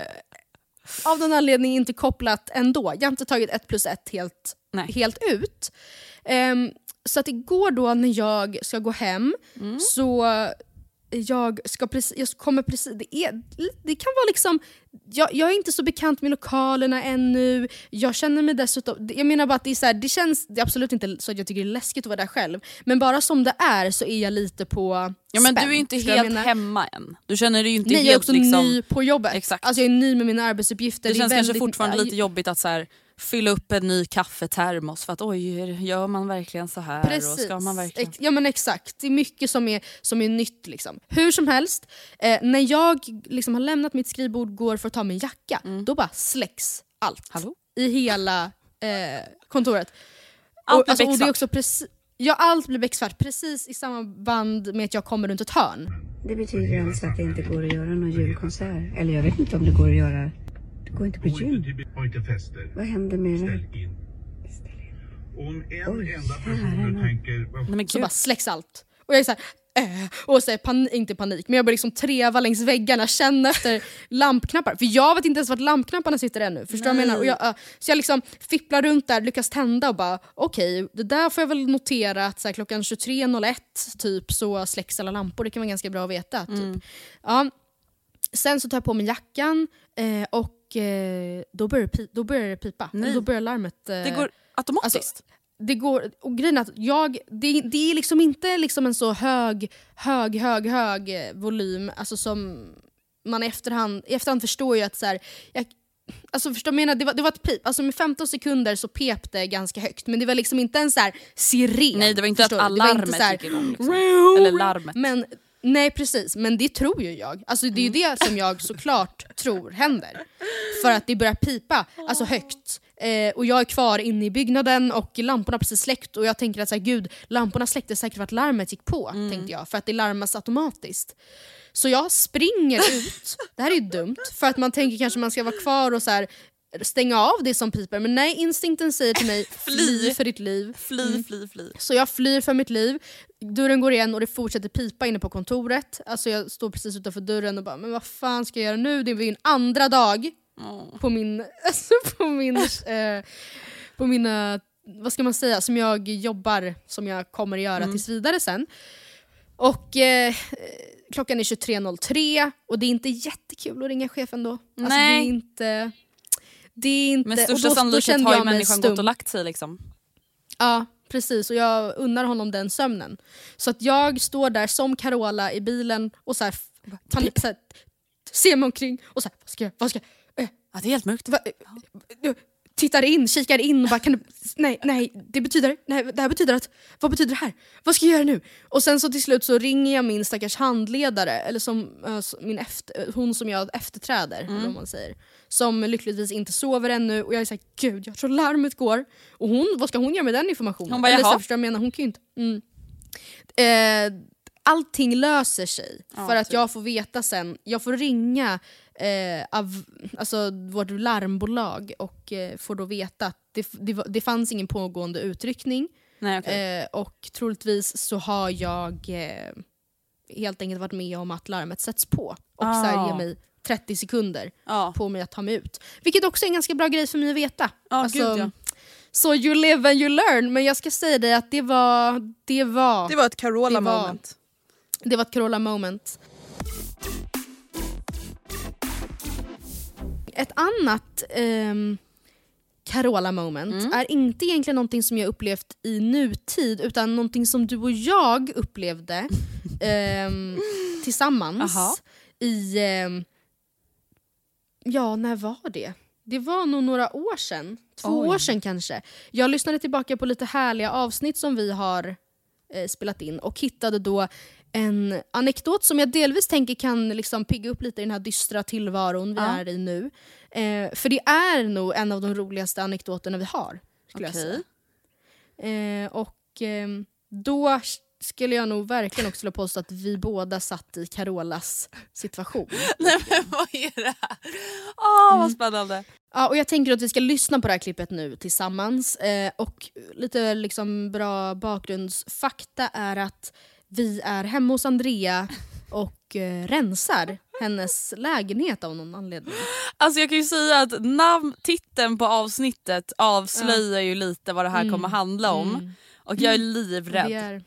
[SPEAKER 6] av den anledningen inte kopplat ändå. Jag har inte tagit ett plus ett helt, helt ut. Um, så att igår då när jag ska gå hem mm. så jag ska precis, jag kommer precis, det, är, det kan vara liksom, jag, jag är inte så bekant med lokalerna ännu, jag känner mig dessutom, jag menar bara att det är så här, det känns, det är absolut inte så att jag tycker det är läskigt att vara där själv, men bara som det är så är jag lite på
[SPEAKER 5] ja, men
[SPEAKER 6] spänn,
[SPEAKER 5] du är inte helt hemma än. Du känner dig ju inte
[SPEAKER 6] Nej,
[SPEAKER 5] helt
[SPEAKER 6] jag är också
[SPEAKER 5] liksom,
[SPEAKER 6] ny på jobbet.
[SPEAKER 5] Exakt.
[SPEAKER 6] Alltså jag är ny med mina arbetsuppgifter.
[SPEAKER 5] Det, det känns
[SPEAKER 6] är väldigt,
[SPEAKER 5] kanske fortfarande
[SPEAKER 6] äh,
[SPEAKER 5] lite jobbigt att så här, fylla upp en ny kaffetermos för att oj, gör man verkligen så här?
[SPEAKER 6] Precis.
[SPEAKER 5] Och ska man verkligen...
[SPEAKER 6] Ja men exakt, det är mycket som är, som är nytt liksom. Hur som helst, eh, när jag liksom har lämnat mitt skrivbord, går för att ta min jacka, mm. då bara släcks allt.
[SPEAKER 5] Hallå?
[SPEAKER 6] I hela eh, kontoret.
[SPEAKER 5] Allt
[SPEAKER 6] och, alltså,
[SPEAKER 5] blir
[SPEAKER 6] och det är också precis, ja, allt blir becksvart precis i samma band med att jag kommer runt ett hörn.
[SPEAKER 10] Det betyder alltså att det inte går att göra någon julkonsert. Eller jag vet inte om det går att göra. Du går inte på gym.
[SPEAKER 11] Ha inte fester.
[SPEAKER 10] Vad händer med det?
[SPEAKER 11] Ställ in. Ställ in. Om en Oj, enda person tänker vad...
[SPEAKER 6] Nej, så bara släcks allt. Och jag är så här, äh, och så är panik, inte panik, men jag börjar liksom treva längs väggarna, känna efter lampknappar. För jag vet inte ens vart lampknapparna sitter ännu. Förstår du vad jag menar? Och jag, uh, så jag liksom fipplar runt där, lyckas tända och bara okej, okay, det där får jag väl notera att så här, klockan tjugotre noll ett typ så släcks alla lampor. Det kan vara ganska bra att veta. Typ. Mm. Ja. Sen så tar jag på mig jackan eh, och eh, då, börjar det, då börjar det pipa. Då börjar larmet. Eh,
[SPEAKER 5] det går automatiskt?
[SPEAKER 6] Alltså, det går, och grejen är att jag, det, det är liksom inte liksom en så hög, hög, hög, hög volym alltså som man i efterhand, i efterhand förstår ju att så här, jag, alltså förstår menar, det var, det var ett pip, alltså med femton sekunder så pep det ganska högt, men det var liksom inte en så här siren.
[SPEAKER 5] Nej, det var inte att alarmet gick igång liksom. Eller larmet.
[SPEAKER 6] Men nej precis, men det tror ju jag. Alltså det är ju det som jag såklart tror händer. För att det börjar pipa alltså högt Eh, och jag är kvar inne i byggnaden och lamporna precis släckt och jag tänker att så här, gud, lamporna släcktes säkert för att larmet gick på, mm. tänkte jag, för att det larmas automatiskt. Så jag springer ut, det här är ju dumt, för att man tänker kanske man ska vara kvar och så här, stänga av det som piper, men nej, instinkten säger till mig fly för ditt liv.
[SPEAKER 5] Fly, mm. fly, fly.
[SPEAKER 6] Så jag flyr för mitt liv, dörren går igen och det fortsätter pipa inne på kontoret. Alltså jag står precis utanför dörren och bara, men vad fan ska jag göra nu? Det är en andra dag oh. på min, alltså på min eh, på mina, vad ska man säga, som jag jobbar, som jag kommer att göra mm. tills vidare sen. Och eh, klockan är tjugotre noll tre och det är inte jättekul att ringa chefen då. Alltså,
[SPEAKER 5] nej.
[SPEAKER 6] Det är inte... Det är inte,
[SPEAKER 5] med största sannolikhet har ju människan gått och lagt sig liksom.
[SPEAKER 6] Ja, precis. Och jag unnar honom den sömnen. Så att jag står där som Carola i bilen och så här, panik, så här, ser mig omkring och så här, vad ska jag, vad ska jag, äh,
[SPEAKER 5] ja, det är helt mörkt.
[SPEAKER 6] Va, äh, tittar in, kikar in och bara, kan du, nej, nej, det betyder, nej, det här betyder att, vad betyder det här? Vad ska jag göra nu? Och sen så till slut så ringer jag min stackars handledare, eller som äh, min efter, hon som jag efterträder, mm. eller vad man säger, som lyckligtvis inte sover ännu, och jag är såhär, gud, jag tror larmet går. Och hon, vad ska hon göra med den informationen?
[SPEAKER 5] Hon bara,
[SPEAKER 6] eller så förstår jag menar, hon kan ju inte. Mm. Eh, allting löser sig, ja, för att typ. jag får veta sen, jag får ringa Eh, av alltså, vårt larmbolag och eh, får då veta att det, det, det fanns ingen pågående utryckning.
[SPEAKER 5] Nej, okay.
[SPEAKER 6] eh, och troligtvis så har jag eh, helt enkelt varit med om att larmet sätts på och ah. så här, ger mig trettio sekunder ah. på mig att ta mig ut. Vilket också är en ganska bra grej för mig att veta.
[SPEAKER 5] Ah, alltså, gud, ja.
[SPEAKER 6] Så you live and you learn. Men jag ska säga dig att det var Det var,
[SPEAKER 5] det var ett Carola
[SPEAKER 6] det var,
[SPEAKER 5] moment.
[SPEAKER 6] Det var ett Carola moment. Ett annat um, Carola moment mm. är inte egentligen någonting som jag upplevt i nutid, utan någonting som du och jag upplevde um, tillsammans. Aha. i um, ja, när var det? Det var nog några år sedan. Två Oj. år sedan kanske. Jag lyssnade tillbaka på lite härliga avsnitt som vi har eh, spelat in och hittade då en anekdot som jag delvis tänker kan liksom pigga upp lite i den här dystra tillvaron vi ja. är i nu. Eh, för det är nog en av de roligaste anekdoterna vi har, skulle okay. jag säga. Eh, och eh, då skulle jag nog verkligen också vilja påstå att vi båda satt i Carolas situation.
[SPEAKER 5] Nej, men vad är det här? Åh, vad spännande. Mm.
[SPEAKER 6] Ja, och jag tänker att vi ska lyssna på det här klippet nu tillsammans. Eh, och lite liksom bra bakgrundsfakta är att vi är hemma hos Andrea och eh, rensar hennes lägenhet av någon anledning.
[SPEAKER 5] Alltså jag kan ju säga att namn, titeln på avsnittet avslöjar ja. ju lite vad det här mm. kommer handla om. Mm. Och jag är livrädd.
[SPEAKER 6] Vi, är...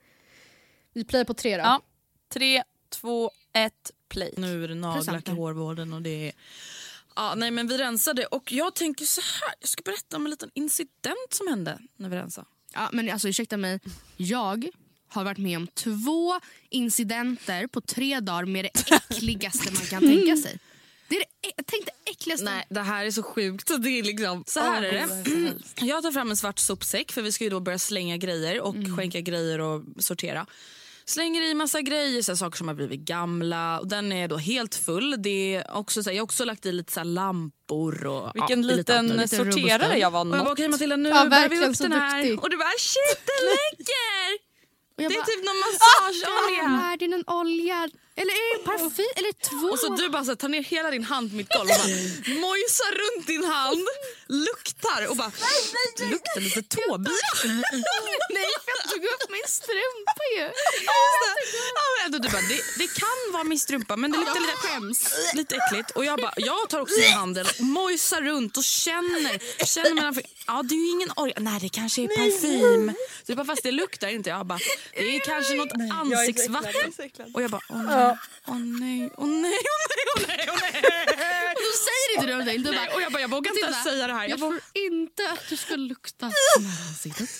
[SPEAKER 6] vi playar på tre då.
[SPEAKER 5] Ja. Tre, två, ett, play.
[SPEAKER 7] Nu är det nagellack i hårvården och det är... Ja, nej men vi rensade och jag tänker så här, jag ska berätta om en liten incident som hände när vi rensade.
[SPEAKER 12] Ja, men alltså ursäkta mig, jag har varit med om två incidenter på tre dagar med det äckligaste man kan tänka sig. Det är det, jag tänkte äckligaste.
[SPEAKER 7] Nej, det här är så sjukt. Det är liksom, så här oh, är det. Mm. Jag tar fram en svart sopsäck för vi ska ju då börja slänga grejer och mm. skänka grejer och sortera. Slänger i massa grejer, så här, saker som har blivit gamla. Och den är då helt full. Det är också, så här, jag har också lagt i lite så här, lampor. Och,
[SPEAKER 5] vilken
[SPEAKER 7] ja,
[SPEAKER 5] liten
[SPEAKER 7] lite
[SPEAKER 5] sorterare jag var.
[SPEAKER 7] Och jag bara, okej Matilda, nu
[SPEAKER 6] ja,
[SPEAKER 7] bär vi upp den här. Och det var shit, den läcker! Det är
[SPEAKER 6] bara,
[SPEAKER 7] typ någon massageolja.
[SPEAKER 6] Ah, är det någon olja? Eller är det parfym? Eller två?
[SPEAKER 7] Och så du bara så här, tar ner hela din hand på mitt golv och bara mojsar runt din hand, luktar och bara luktar lite tåbit.
[SPEAKER 6] Nej, jag tog upp min strumpa ju.
[SPEAKER 7] Ja, du bara, det, det kan vara min strumpa, men det luktar lite skäms, lite äckligt. Och jag bara, jag tar också min handen och mojsar runt och känner, känner mellan, ja det är ju ingen olja. Nej, det kanske är parfym. Så det bara, fast det luktar inte. Jag bara, det är kanske något nej, ansiktsvatten. Jag och jag bara, åh nej, åh nej, åh nej, åh nej, åh nej.
[SPEAKER 6] Och du säger inte det om dig. Du bara,
[SPEAKER 7] och jag bara, jag vågar inte ens säga det här.
[SPEAKER 6] Jag tror inte att du ska lukta
[SPEAKER 7] på ansiktet.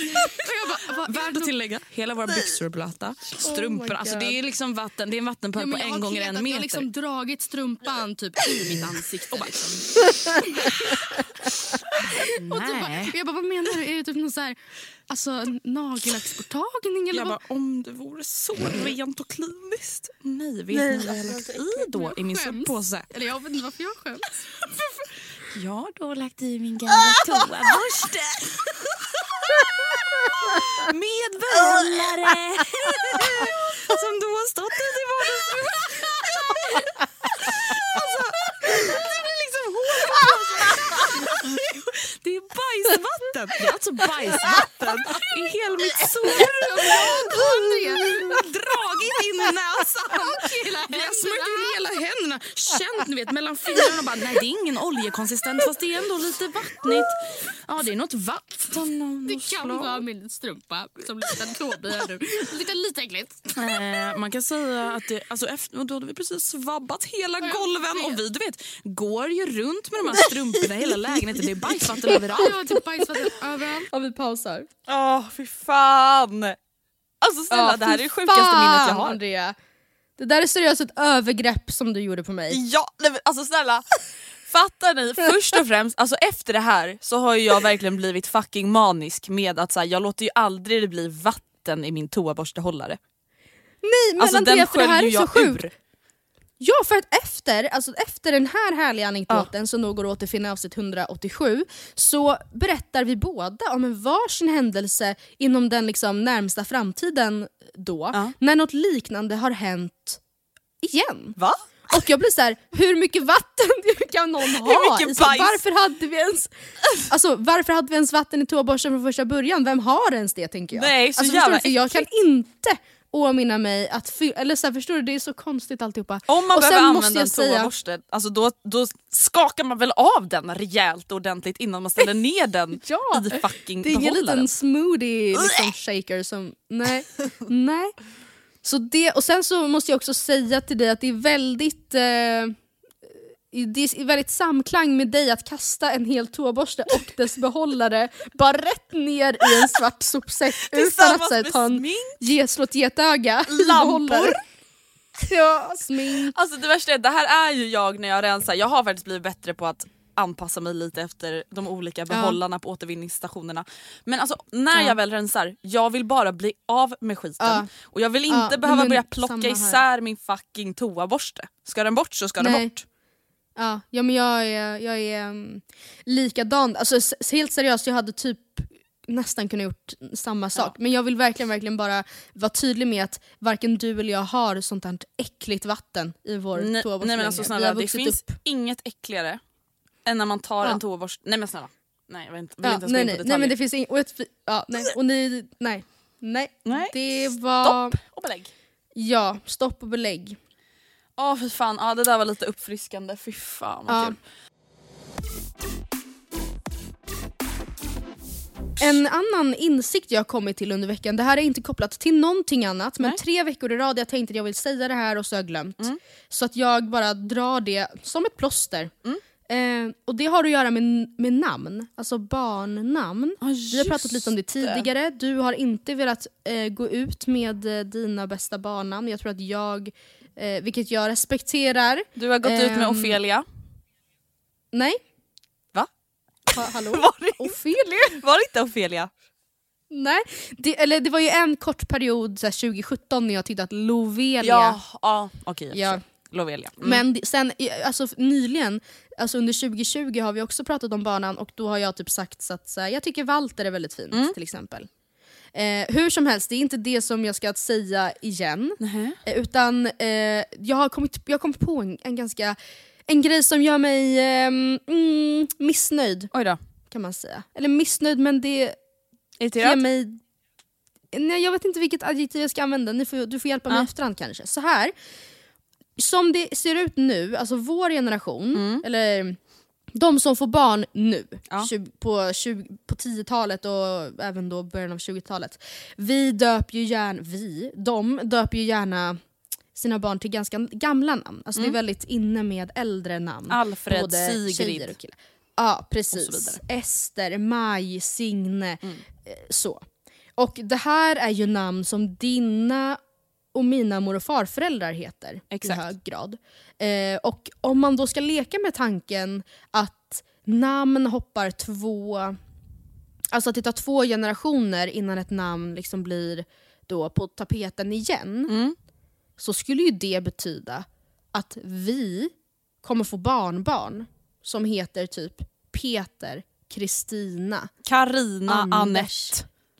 [SPEAKER 7] Värd att tillägga, hela våra byxor är blöta. Strumpor, oh alltså det är liksom vatten. Det är en vattenpöl ja, på en gånger en meter. Jag
[SPEAKER 6] har liksom dragit strumpan typ i mitt ansikte och bara, och bara, jag bara, vad menar du? Är det typ någon så här, alltså nagellacksborttagning eller
[SPEAKER 7] jag
[SPEAKER 6] vad?
[SPEAKER 7] Bara, om det vore så rent och kliniskt. Nej, vet ni vad jag har lagt i då i min soppåse?
[SPEAKER 6] Eller jag vet inte varför jag skäms.
[SPEAKER 7] Jag har då lagt i min gamla toaborste. Med behållare. Som då har stått ute i vardagsrummet. Alltså, det blir liksom hål. Det är bajsvatten. Det är alltså bajsvatten i hela mitt sovrum. Jag har dragit in i näsan. Jag har smört in hela händerna. Känt, ni vet, mellan fingrarna och bara, nej, det är ingen oljekonsistent fast det är ändå lite vattnigt. Ja, det är något vatten.
[SPEAKER 12] Det kan vara min strumpa som liten tåbia nu. Lite, lite äckligt.
[SPEAKER 7] Eh, man kan säga att det, alltså efter, då hade vi precis svabbat hela golven och vi, du vet, går ju runt med de här strumporna i hela lägenheten. Det är bajsvatten överallt.
[SPEAKER 12] Ja, det är bajsvatten överallt.
[SPEAKER 6] Och vi pausar.
[SPEAKER 5] Åh, oh, fy fan. Alltså snälla, oh, det här är det sjukaste minnet jag har.
[SPEAKER 6] Andrea. Det där är seriöst ett övergrepp som du gjorde på mig.
[SPEAKER 5] Ja, alltså snälla. Fattar ni? Först och främst, alltså efter det här så har ju jag verkligen blivit fucking manisk med att så här, jag låter ju aldrig det bli vatten i min toaborstehållare.
[SPEAKER 6] Nej, men
[SPEAKER 5] alltså,
[SPEAKER 6] Andrea,
[SPEAKER 5] den
[SPEAKER 6] för det här är så sjukt.
[SPEAKER 5] Ur.
[SPEAKER 6] Ja, för att efter, alltså efter den här härliga anekdoten ja. som nog går att återfinna avsnitt hundraåttiosju, så berättar vi båda om en varsin händelse inom den liksom närmsta framtiden då, ja. när något liknande har hänt igen.
[SPEAKER 5] Va?
[SPEAKER 6] Och jag blir så här, hur mycket vatten kan någon ha?
[SPEAKER 5] Hur mycket bajs?
[SPEAKER 6] Varför hade vi ens alltså, varför hade vi ens vatten i toaborsten från första början? Vem har ens det, tänker jag?
[SPEAKER 5] Nej, så
[SPEAKER 6] alltså,
[SPEAKER 5] jävla
[SPEAKER 6] för jag kan inte åminna mig att fylla, eller så här, förstår du, det är så konstigt alltihopa.
[SPEAKER 5] Om man
[SPEAKER 6] och
[SPEAKER 5] behöver
[SPEAKER 6] sen
[SPEAKER 5] använda en toaborste, alltså då, då skakar man väl av den rejält och ordentligt innan man ställer ner den
[SPEAKER 6] ja,
[SPEAKER 5] i fucking
[SPEAKER 6] det är ingen
[SPEAKER 5] behållaren.
[SPEAKER 6] liten smoothie liksom, shaker som, nej, nej. Så det, och sen så måste jag också säga till dig att det är väldigt eh, det är väldigt samklang med dig att kasta en hel toaborste och dess behållare bara rätt ner i en svart sopsäck utan att säga, ta en ge, slå ett getöga.
[SPEAKER 5] Lampor.
[SPEAKER 6] Ja, smink.
[SPEAKER 5] Alltså det värsta är, det här är ju jag när jag rensar. Jag har faktiskt blivit bättre på att anpassa mig lite efter de olika behållarna ja. på återvinningsstationerna. Men alltså när ja. jag väl rensar, jag vill bara bli av med skiten. Ja. Och jag vill inte ja, behöva börja plocka isär min fucking toaborste. Ska den bort så ska
[SPEAKER 6] Nej.
[SPEAKER 5] den bort.
[SPEAKER 6] Ja, ja men jag är, jag är um, likadan. Alltså helt seriöst, jag hade typ nästan kunnat gjort samma sak. Ja. Men jag vill verkligen verkligen bara vara tydlig med att varken du eller jag har sånt här äckligt vatten i vår
[SPEAKER 5] nej,
[SPEAKER 6] toaborste.
[SPEAKER 5] Nej men alltså snälla, det finns
[SPEAKER 6] upp.
[SPEAKER 5] inget äckligare än när man tar
[SPEAKER 6] ja.
[SPEAKER 5] en toaborste. Nej men snälla. Nej, jag vill inte, vill
[SPEAKER 6] ja,
[SPEAKER 5] inte ens
[SPEAKER 6] nej,
[SPEAKER 5] gå in på
[SPEAKER 6] nej,
[SPEAKER 5] detaljer.
[SPEAKER 6] nej men det finns inget. Och, ett, ja, nej, och ni, nej. Nej.
[SPEAKER 5] nej.
[SPEAKER 6] Det var...
[SPEAKER 5] Stopp och belägg.
[SPEAKER 6] Ja, stopp och belägg.
[SPEAKER 5] Ja oh, fy fan, ah, det där var lite uppfriskande. Fy fan vad
[SPEAKER 6] ja.
[SPEAKER 5] kul.
[SPEAKER 6] En annan insikt jag har kommit till under veckan, det här är inte kopplat till någonting annat, men Nej. tre veckor i rad jag tänkte att jag vill säga det här och så har jag glömt. Mm. Så att jag bara drar det som ett plåster. Mm. Eh, och det har att göra med, med namn, alltså barnnamn.
[SPEAKER 5] Ah,
[SPEAKER 6] Vi har pratat lite om det tidigare. Du har inte velat eh, gå ut med eh, dina bästa barnnamn. Jag tror att jag, eh, vilket jag respekterar.
[SPEAKER 5] Du har gått eh, ut med Ofelia.
[SPEAKER 6] Nej.
[SPEAKER 5] Va?
[SPEAKER 6] Ha, hallå?
[SPEAKER 5] Var det
[SPEAKER 6] Ofelia?
[SPEAKER 5] Var det inte Ofelia?
[SPEAKER 6] Nej, det, eller det var ju en kort period så här, tjugo sjutton när jag tyckte att Lovelia.
[SPEAKER 5] Ja, ja okej. Okay,
[SPEAKER 6] ja.
[SPEAKER 5] Lovelia. Mm.
[SPEAKER 6] Men sen alltså nyligen, alltså under tjugo tjugo har vi också pratat om barnen och då har jag typ sagt så att så här, jag tycker Walter är väldigt fint mm. till exempel. Eh, hur som helst, det är inte det som jag ska säga igen. Mm. Eh, utan eh, jag har kommit jag har kommit på en, en ganska en grej som gör mig eh, mm, missnöjd.
[SPEAKER 5] Oj då.
[SPEAKER 6] Kan man säga. Eller missnöjd, men det
[SPEAKER 5] Irriterad?
[SPEAKER 6] ger mig... Nej, jag vet inte vilket adjektiv jag ska använda. Ni får, du får hjälpa mig ja. efterhand kanske. Så här. Som det ser ut nu, alltså vår generation, mm. eller de som får barn nu, ja. tjugo, på, tjugo, på tiotalet och även då början av tjugotalet. Vi döper ju gärna, vi, de döper ju gärna sina barn till ganska gamla namn. Alltså mm. det är väldigt inne med äldre namn.
[SPEAKER 5] Alfred,
[SPEAKER 6] både
[SPEAKER 5] Sigrid.
[SPEAKER 6] Och killar. Ja, precis. Ester, Maj, Signe, mm. så. Och det här är ju namn som dina och mina mor- och farföräldrar heter. Exakt. I hög grad. Eh, och om man då ska leka med tanken att namn hoppar två... Alltså att det tar två generationer innan ett namn liksom blir då på tapeten igen. Mm. Så skulle ju det betyda att vi kommer få barnbarn som heter typ Peter, Kristina,
[SPEAKER 5] Carina, Annette.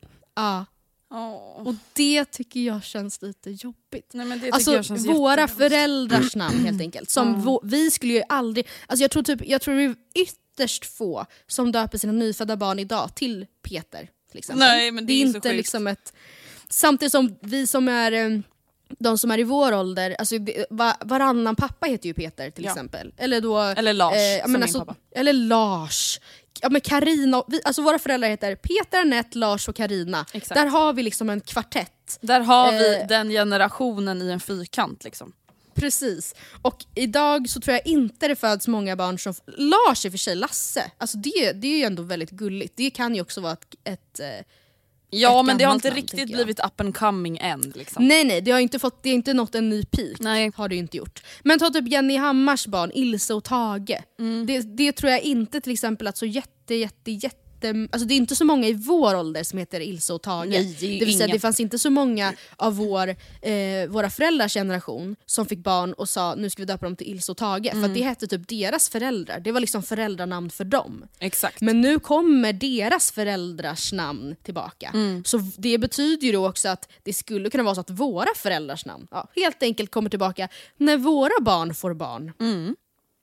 [SPEAKER 6] Ja.
[SPEAKER 5] Oh.
[SPEAKER 6] Och det tycker jag känns lite jobbigt.
[SPEAKER 5] Nej, men det
[SPEAKER 6] alltså
[SPEAKER 5] jag känns
[SPEAKER 6] våra föräldrars namn helt enkelt. Som
[SPEAKER 5] mm.
[SPEAKER 6] vå- vi skulle ju aldrig... Alltså jag tror typ jag tror det är ytterst få som döper sina nyfödda barn idag till Peter till exempel.
[SPEAKER 5] Nej, men det,
[SPEAKER 6] det är,
[SPEAKER 5] är
[SPEAKER 6] inte
[SPEAKER 5] så
[SPEAKER 6] liksom ett... Samtidigt som vi som är... eh, De som är i vår ålder, alltså det- va- varannan pappa heter ju Peter till
[SPEAKER 5] Ja.
[SPEAKER 6] exempel. Eller då...
[SPEAKER 5] Eller Lars,
[SPEAKER 6] eh,
[SPEAKER 5] som
[SPEAKER 6] men
[SPEAKER 5] min
[SPEAKER 6] alltså,
[SPEAKER 5] pappa.
[SPEAKER 6] Eller Lars. Ja, men Carina, vi, alltså våra föräldrar heter Peter, Annette, Lars och Carina.
[SPEAKER 5] Exakt.
[SPEAKER 6] Där har vi liksom en kvartett.
[SPEAKER 5] Där har vi
[SPEAKER 6] Eh,
[SPEAKER 5] den generationen i en fyrkant liksom.
[SPEAKER 6] Precis. Och idag så tror jag inte det föds många barn som... Lars i och för sig, Lasse. Alltså det, det är ju ändå väldigt gulligt. Det kan ju också vara ett... ett eh,
[SPEAKER 5] Ja,
[SPEAKER 6] ett
[SPEAKER 5] men det har
[SPEAKER 6] gammalt
[SPEAKER 5] inte
[SPEAKER 6] namn,
[SPEAKER 5] riktigt
[SPEAKER 6] tycker jag.
[SPEAKER 5] blivit up and coming än. Liksom.
[SPEAKER 6] Nej nej, det har inte fått, det har inte nått en ny peak.
[SPEAKER 5] Nej.
[SPEAKER 6] Har det ju inte gjort. Men ta typ Jenny Hammars barn, Ilse och Tage.
[SPEAKER 5] Mm.
[SPEAKER 6] Det, det tror jag inte till exempel att så jätte jätte jätte... Alltså det är inte så många i vår ålder som heter Ilse och Tage.
[SPEAKER 5] Nej, det är ju
[SPEAKER 6] det vill säga
[SPEAKER 5] inga.
[SPEAKER 6] det fanns inte så många av vår, eh, våra föräldrars generation som fick barn och sa nu ska vi döpa dem till Ilse och Tage.
[SPEAKER 5] Mm.
[SPEAKER 6] För att det hette typ deras föräldrar. Det var liksom föräldranamn för dem.
[SPEAKER 5] Exakt.
[SPEAKER 6] Men nu kommer deras föräldrars namn tillbaka.
[SPEAKER 5] Mm.
[SPEAKER 6] Så det betyder ju då också att det skulle kunna vara så att våra föräldrars namn ja, helt enkelt kommer tillbaka när våra barn får barn.
[SPEAKER 5] Mm.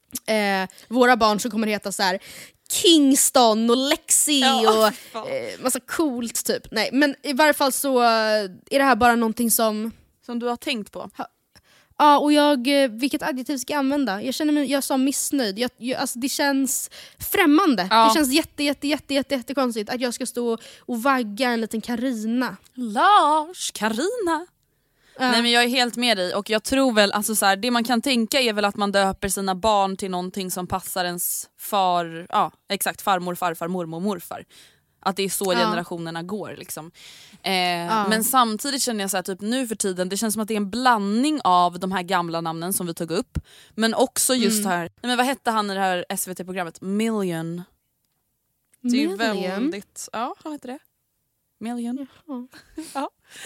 [SPEAKER 6] Eh, våra barn som kommer heta så här Kingston och Lexi
[SPEAKER 5] Ja,
[SPEAKER 6] och
[SPEAKER 5] fan.
[SPEAKER 6] eh, massa coolt typ. Nej, men i varje fall så eh, är det här bara någonting som...
[SPEAKER 5] Som du har tänkt på?
[SPEAKER 6] Ja, och jag, eh, vilket adjektiv ska jag använda? Jag känner mig, jag sa missnöjd. Jag, jag, alltså det känns främmande.
[SPEAKER 5] Ja.
[SPEAKER 6] Det känns jätte, jätte, jätte, jätte, jätte konstigt att jag ska stå och vagga en liten Carina.
[SPEAKER 5] Lars, Carina.
[SPEAKER 6] Ja.
[SPEAKER 5] Nej, men jag är helt med dig och jag tror väl alltså så här, det man kan tänka är väl att man döper sina barn till någonting som passar ens far, ja exakt, farmor, farfar, mormor, morfar. Att det är så
[SPEAKER 6] Ja.
[SPEAKER 5] generationerna går liksom. Eh,
[SPEAKER 6] Ja.
[SPEAKER 5] Men samtidigt känner jag så här, typ nu för tiden, det känns som att det är en blandning av de här gamla namnen som vi tog upp. Men också just
[SPEAKER 6] Mm.
[SPEAKER 5] här, nej, men vad hette han i det här S V T-programmet? Million. Det är ju
[SPEAKER 6] Million?
[SPEAKER 5] väldigt, ja han heter det. Million.
[SPEAKER 6] Ja.
[SPEAKER 5] Ja.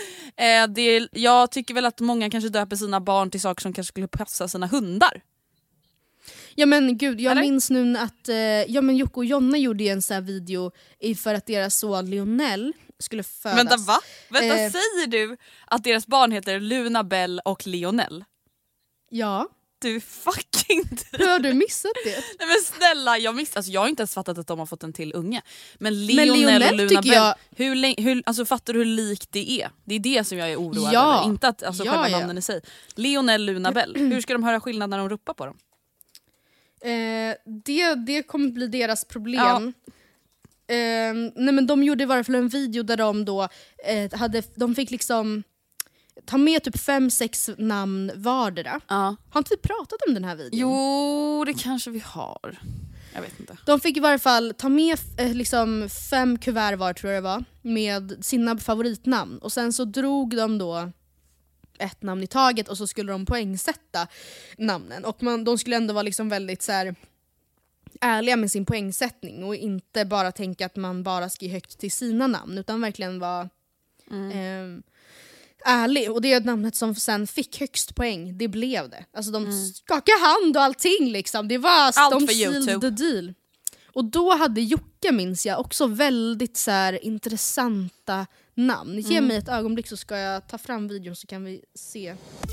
[SPEAKER 5] Eh, det är, jag tycker väl att många kanske döper sina barn till saker som kanske skulle passa sina hundar.
[SPEAKER 6] Ja men gud, jag
[SPEAKER 5] Eller?
[SPEAKER 6] minns nu att eh, ja, men Jocke och Jonna gjorde ju en sån här video i för att deras son Lionel skulle födas.
[SPEAKER 5] Vänta va? Vänta,
[SPEAKER 6] Eh.
[SPEAKER 5] säger du att deras barn heter Luna, Bell och Lionel?
[SPEAKER 6] Ja.
[SPEAKER 5] Du fucking...
[SPEAKER 6] Hur har du missat det?
[SPEAKER 5] Nej men snälla, jag, miss, alltså, jag har inte ens fattat att de har fått en till unge. Men Lionel,
[SPEAKER 6] Men Lionel
[SPEAKER 5] och Luna
[SPEAKER 6] tycker
[SPEAKER 5] Bell,
[SPEAKER 6] jag-
[SPEAKER 5] hur, lä- hur, alltså, fattar du hur likt det är? Det är det som jag är oroad
[SPEAKER 6] Ja.
[SPEAKER 5] över. Inte att, alltså,
[SPEAKER 6] Ja,
[SPEAKER 5] själva
[SPEAKER 6] ja.
[SPEAKER 5] namnen i sig. Lionel, Luna, Bell. Hur ska de höra skillnad när de ropar på dem?
[SPEAKER 6] Eh, det, det kommer bli deras problem. Eh, nej men de gjorde i varje fall en video där de då eh, hade, de fick liksom ta med typ fem, sex namn vardera.
[SPEAKER 5] Ja.
[SPEAKER 6] Har inte vi pratat om den här videon?
[SPEAKER 5] Jo, det kanske vi har. Jag vet inte.
[SPEAKER 6] De fick i varje fall ta med eh, liksom fem kuvert var tror jag det var med sina favoritnamn och sen så drog de då ett namn i taget och så skulle de poängsätta namnen och man, de skulle ändå vara liksom väldigt så här ärliga med sin poängsättning och inte bara tänka att man bara ska ge högt till sina namn utan verkligen vara
[SPEAKER 5] Mm.
[SPEAKER 6] eh, ärlig. Och det är namnet som sen fick högst poäng, det blev det. Alltså de
[SPEAKER 5] Mm.
[SPEAKER 6] skakade hand och allting liksom. Det var
[SPEAKER 5] Allt
[SPEAKER 6] de
[SPEAKER 5] för
[SPEAKER 6] sealed
[SPEAKER 5] YouTube.
[SPEAKER 6] the deal. Och då hade Jocke, minns jag, också väldigt så här intressanta namn. Ge
[SPEAKER 5] Mm.
[SPEAKER 6] mig ett ögonblick så ska jag ta fram videon så kan vi se.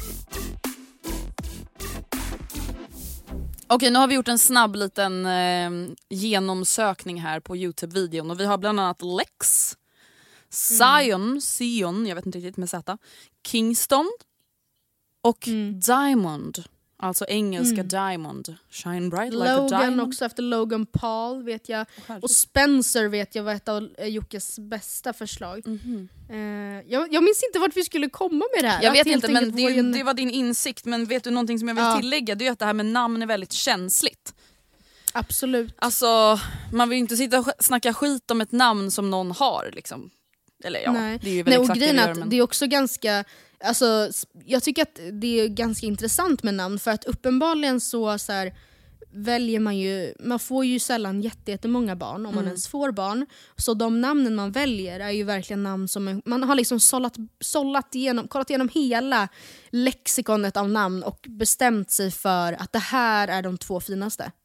[SPEAKER 5] Okej, nu har vi gjort en snabb liten eh, genomsökning här på YouTube-videon och vi har bland annat Lex, Zion, Sion, jag vet inte riktigt med Z, Kingston och
[SPEAKER 6] Mm.
[SPEAKER 5] Diamond, alltså engelska
[SPEAKER 6] Mm.
[SPEAKER 5] Diamond, Shine bright like a
[SPEAKER 6] Logan
[SPEAKER 5] diamond.
[SPEAKER 6] också efter Logan Paul vet jag.
[SPEAKER 5] herregud.
[SPEAKER 6] Och Spencer vet jag var ett av eh, Jockes bästa förslag.
[SPEAKER 5] Mhm.
[SPEAKER 6] Eh, jag, jag minns inte vart vi skulle komma med det här.
[SPEAKER 5] Jag
[SPEAKER 6] Att
[SPEAKER 5] vet
[SPEAKER 6] helt
[SPEAKER 5] inte men
[SPEAKER 6] enkelt
[SPEAKER 5] det,
[SPEAKER 6] vår gen-
[SPEAKER 5] det var din insikt, men vet du någonting som jag vill
[SPEAKER 6] Ja.
[SPEAKER 5] tillägga, det är att det här med namn är väldigt känsligt.
[SPEAKER 6] Absolut.
[SPEAKER 5] Alltså man vill ju inte sitta och snacka skit om ett namn som någon har liksom. Eller ja,
[SPEAKER 6] Nej.
[SPEAKER 5] det är ju väl
[SPEAKER 6] Nej, och
[SPEAKER 5] exakt det vi
[SPEAKER 6] grejen är
[SPEAKER 5] gör,
[SPEAKER 6] att
[SPEAKER 5] men...
[SPEAKER 6] det är också ganska, alltså, s- jag tycker att det är ganska intressant med namn för att uppenbarligen så, så här, väljer man ju, man får ju sällan jätte, jättemånga barn om man
[SPEAKER 5] Mm.
[SPEAKER 6] ens får barn. Så de namnen man väljer är ju verkligen namn som en, man har liksom sållat, sållat igenom, kollat igenom hela lexikonet av namn och bestämt sig för att det här är de två finaste.